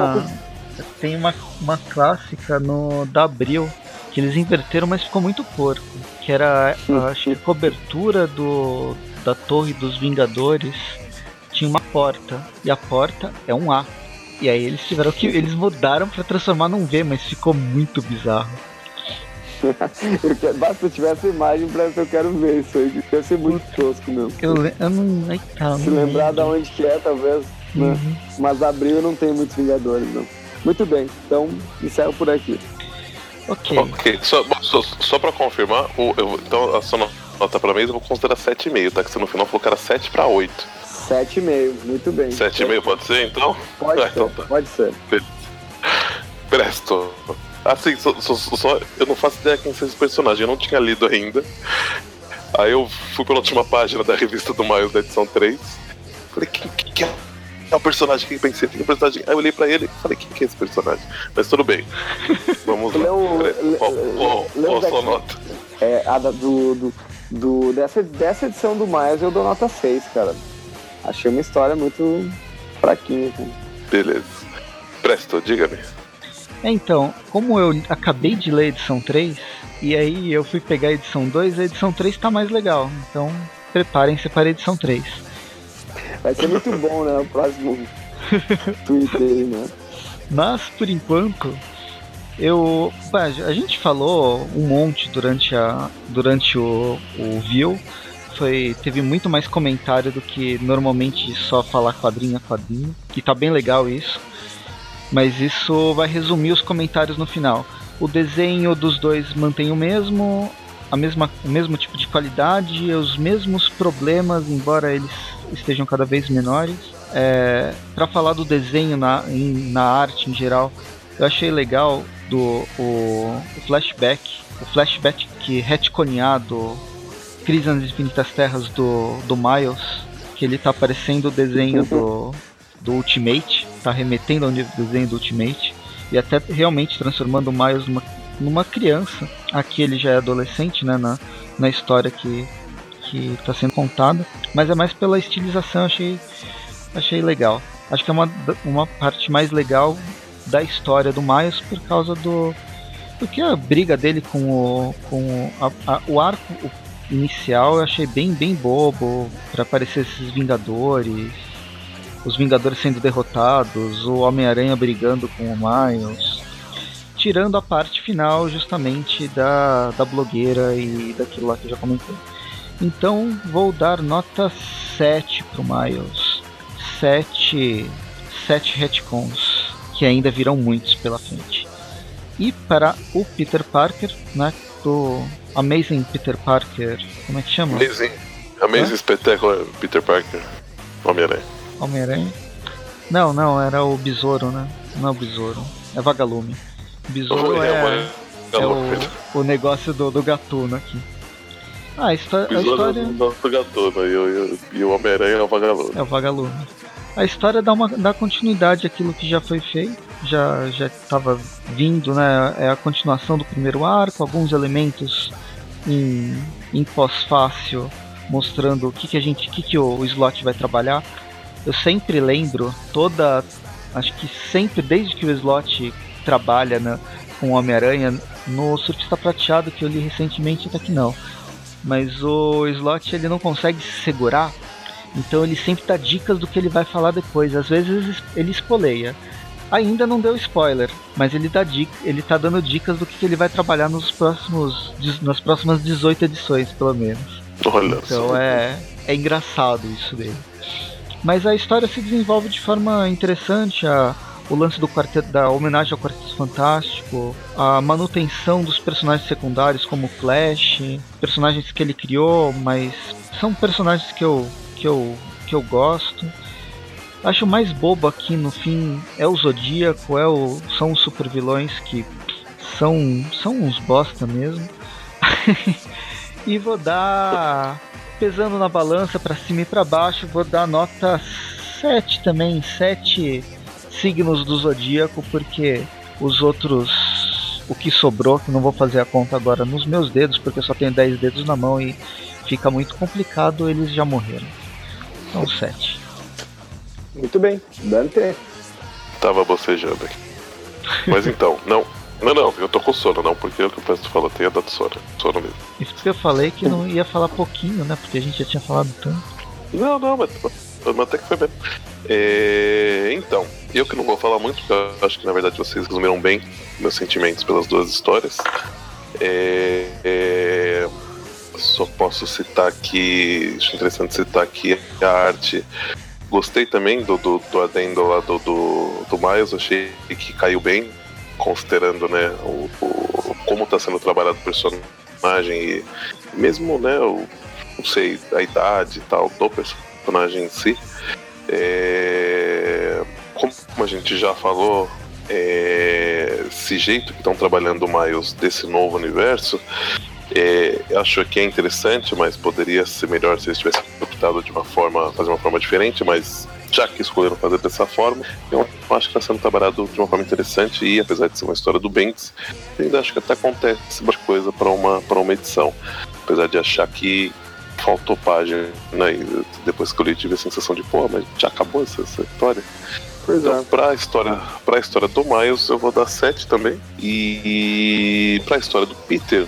tem uma clássica da Abril, que eles inverteram, mas ficou muito porco. Que era, acho que a cobertura da Torre dos Vingadores tinha uma porta, e a porta é um A. E aí eles mudaram pra transformar num V, mas ficou muito bizarro. Basta eu tivesse imagem pra eu quero ver isso aí, deve ser muito tosco mesmo. Eu não. Se lembrar de onde que é, talvez, né? Mas Abril eu não tenho muitos Vingadores, não. Muito bem, então encerro por aqui. Ok, só pra confirmar, então a sua nota pra mesa eu vou considerar 7,5, tá? Que você no final falou que era 7 pra 8. 7,5, muito bem. 7,5 pode ser, então? Pode ser, então tá. Pode ser. Presto. Assim, eu não faço ideia quem são esses personagens, eu não tinha lido ainda. Aí eu fui pela última página da revista do Miles da edição 3. Falei, quem é o personagem que pensei? Tem um personagem. Aí eu olhei pra ele e falei, quem é esse personagem? Mas tudo bem. Vamos lá. Qual a sua nota? Dessa edição do Miles eu dou nota 6, cara. Achei uma história muito fraquinha, cara. Beleza. Presto, diga-me. Então, como eu acabei de ler a edição 3, e aí eu fui pegar a edição 2, a edição 3 tá mais legal. Então, preparem-se para a edição 3. Vai ser muito bom, né? O próximo Twitter, né? Mas, por enquanto, a gente falou um monte durante o View. Teve muito mais comentário do que normalmente só falar quadrinho a quadrinho, que tá bem legal isso. Mas isso vai resumir os comentários no final. O desenho dos dois mantém o mesmo tipo de qualidade, os mesmos problemas, embora eles estejam cada vez menores. Para falar do desenho na arte em geral, eu achei legal o flashback que retconeado Crise nas Infinitas Terras do Miles, que ele tá aparecendo o desenho do Ultimate, tá remetendo ao desenho do Ultimate, e até realmente transformando o Miles numa criança. Aqui ele já é adolescente, né, na história que está sendo contada, mas é mais pela estilização, achei legal. Acho que é uma parte mais legal da história do Miles por causa porque a briga dele com o arco inicial eu achei bem bobo, para aparecer esses Vingadores, os Vingadores sendo derrotados, o Homem-Aranha brigando com o Miles, tirando a parte final justamente da blogueira e daquilo lá que eu já comentei. Então vou dar nota 7 pro Miles. 7 retcons, que ainda virão muitos pela frente. E para o Peter Parker, né, do Amazing Peter Parker, como é que chama? Amazing Spectacular Peter Parker, Homem-Aranha? Não, era o Besouro, né? Não é o Besouro, é Vagalume. Besouro é o negócio do gatuno aqui. A história... do gatuno e o Homem-Aranha é o Vagalume. É o Vagalume. A história dá continuidade àquilo que já foi feito, já estava vindo, né? É a continuação do primeiro arco, alguns elementos em pós-fácil, mostrando o que o Slott vai trabalhar. Eu sempre lembro acho que sempre, desde que o Slott trabalha, né, com o Homem-Aranha, no Surfista Prateado, que eu li recentemente, até que não. Mas o Slott, ele não consegue se segurar, então ele sempre dá dicas do que ele vai falar depois. Às vezes ele espoleia. Ainda não deu spoiler, mas ele tá dando dicas do que ele vai trabalhar nas próximas 18 edições, pelo menos. Olha então só. É engraçado isso dele. Mas a história se desenvolve de forma interessante. O lance da homenagem ao Quarteto Fantástico, a manutenção dos personagens secundários como o Flash, personagens que ele criou, mas são personagens que eu gosto. Acho mais bobo aqui no fim é o Zodíaco, são os super vilões que são uns bosta mesmo. E vou dar, pesando na balança para cima e para baixo, vou dar nota 7 também, 7 signos do Zodíaco, porque os outros, o que sobrou, que não vou fazer a conta agora nos meus dedos, porque eu só tenho 10 dedos na mão e fica muito complicado, eles já morreram. Então 7. Muito bem, Dante. Tava bocejando aqui. Mas então, não, eu tô com sono, não, porque é o que o Presto falou, tem a dado sono mesmo. Isso que eu falei que não ia falar pouquinho, né, porque a gente já tinha falado tanto. Não, mas até que foi bem. Então, eu que não vou falar muito, porque eu acho que na verdade vocês resumiram bem meus sentimentos pelas duas histórias. Só posso citar aqui, acho interessante citar aqui a arte. Gostei também do adendo lá do Miles, achei que caiu bem, considerando, né, como está sendo trabalhado o personagem e mesmo, né, não sei, a idade e tal do personagem em si. Como a gente já falou, esse jeito que estão trabalhando o Miles desse novo universo, acho que é interessante, mas poderia ser melhor se eles tivessem optado fazer uma forma diferente, mas já que escolheram fazer dessa forma, eu acho que está sendo trabalhado de uma forma interessante e, apesar de ser uma história do Bendis, ainda acho que até acontece bastante coisa para uma edição, apesar de achar que faltou página, né? E depois que eu li tive a sensação de, mas já acabou essa história. Então, pra história do Miles eu vou dar 7 também. E pra história do Peter,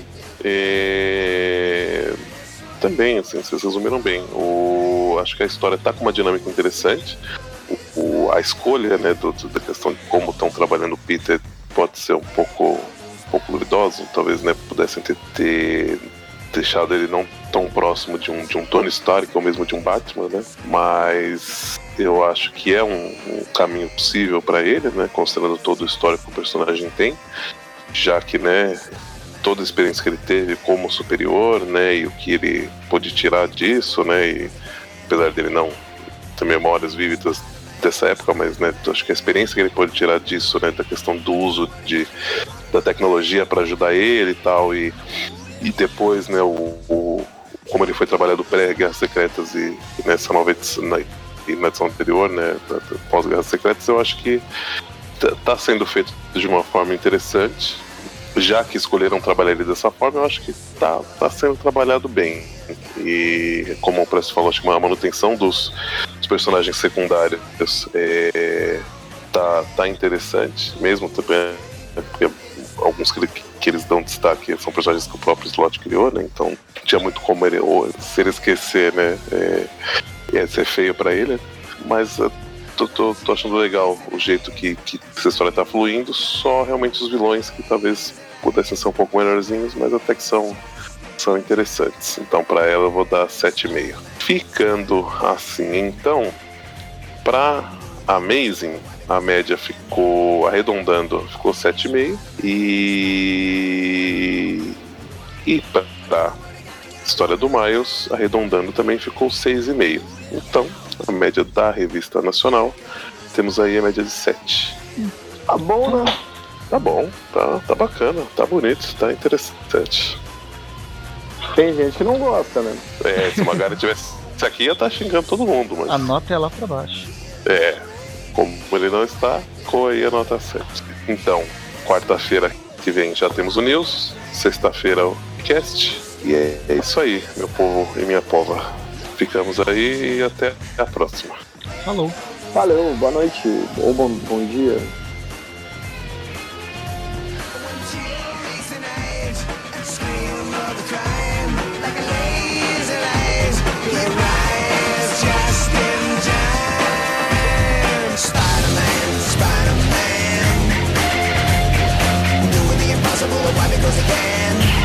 também, assim, vocês resumiram bem. Acho que a história tá com uma dinâmica interessante. A escolha, né, da questão de como estão trabalhando o Peter pode ser um pouco duvidoso. Talvez, né, pudessem ter deixado ele não tão próximo de um Tony Stark ou mesmo de um Batman, né? Mas eu acho que é um caminho possível para ele, né? Considerando todo o histórico que o personagem tem, já que, né, toda a experiência que ele teve como superior, né, e o que ele pôde tirar disso, né, e apesar dele não ter memórias vívidas dessa época, mas, né, acho que a experiência que ele pôde tirar disso, né, da questão do uso da tecnologia para ajudar ele e tal, e depois, né, como ele foi trabalhado pré-Guerras Secretas e nessa nova edição, e na edição anterior, né, pós-Guerras Secretas, eu acho que tá sendo feito de uma forma interessante. já que escolheram trabalhar ele dessa forma, eu acho que tá sendo trabalhado bem. E como o Presto falou, acho que a manutenção dos personagens secundários tá interessante, mesmo também, porque alguns que eles dão destaque são personagens que o próprio Slott criou, né? Então não tinha muito como ele, ou se ele esquecer, né? Ia ser feio pra ele, mas tô achando legal o jeito que essa história tá fluindo, só realmente os vilões que talvez pudessem ser um pouco melhorzinhos, mas até que são interessantes. Então pra ela eu vou dar 7,5. Ficando assim, então, pra Amazing, a média ficou, arredondando, ficou 7,5. E pra História do Miles, arredondando, também ficou 6,5. Então, a média da revista nacional, temos aí a média de 7. Tá bom, né? Tá bom, tá bacana, tá bonito, tá interessante. Tem gente que não gosta, né? Se o Magari tivesse isso aqui, ia estar xingando todo mundo, mas... A nota é lá pra baixo. Como ele não está, ficou aí a nota 7. Então, quarta-feira que vem já temos o News, sexta-feira o cast, e é isso aí, meu povo e minha pova. Ficamos aí e até a próxima. Falou. Valeu, boa noite ou bom dia. Spider-Man, doing the impossible, why because he can.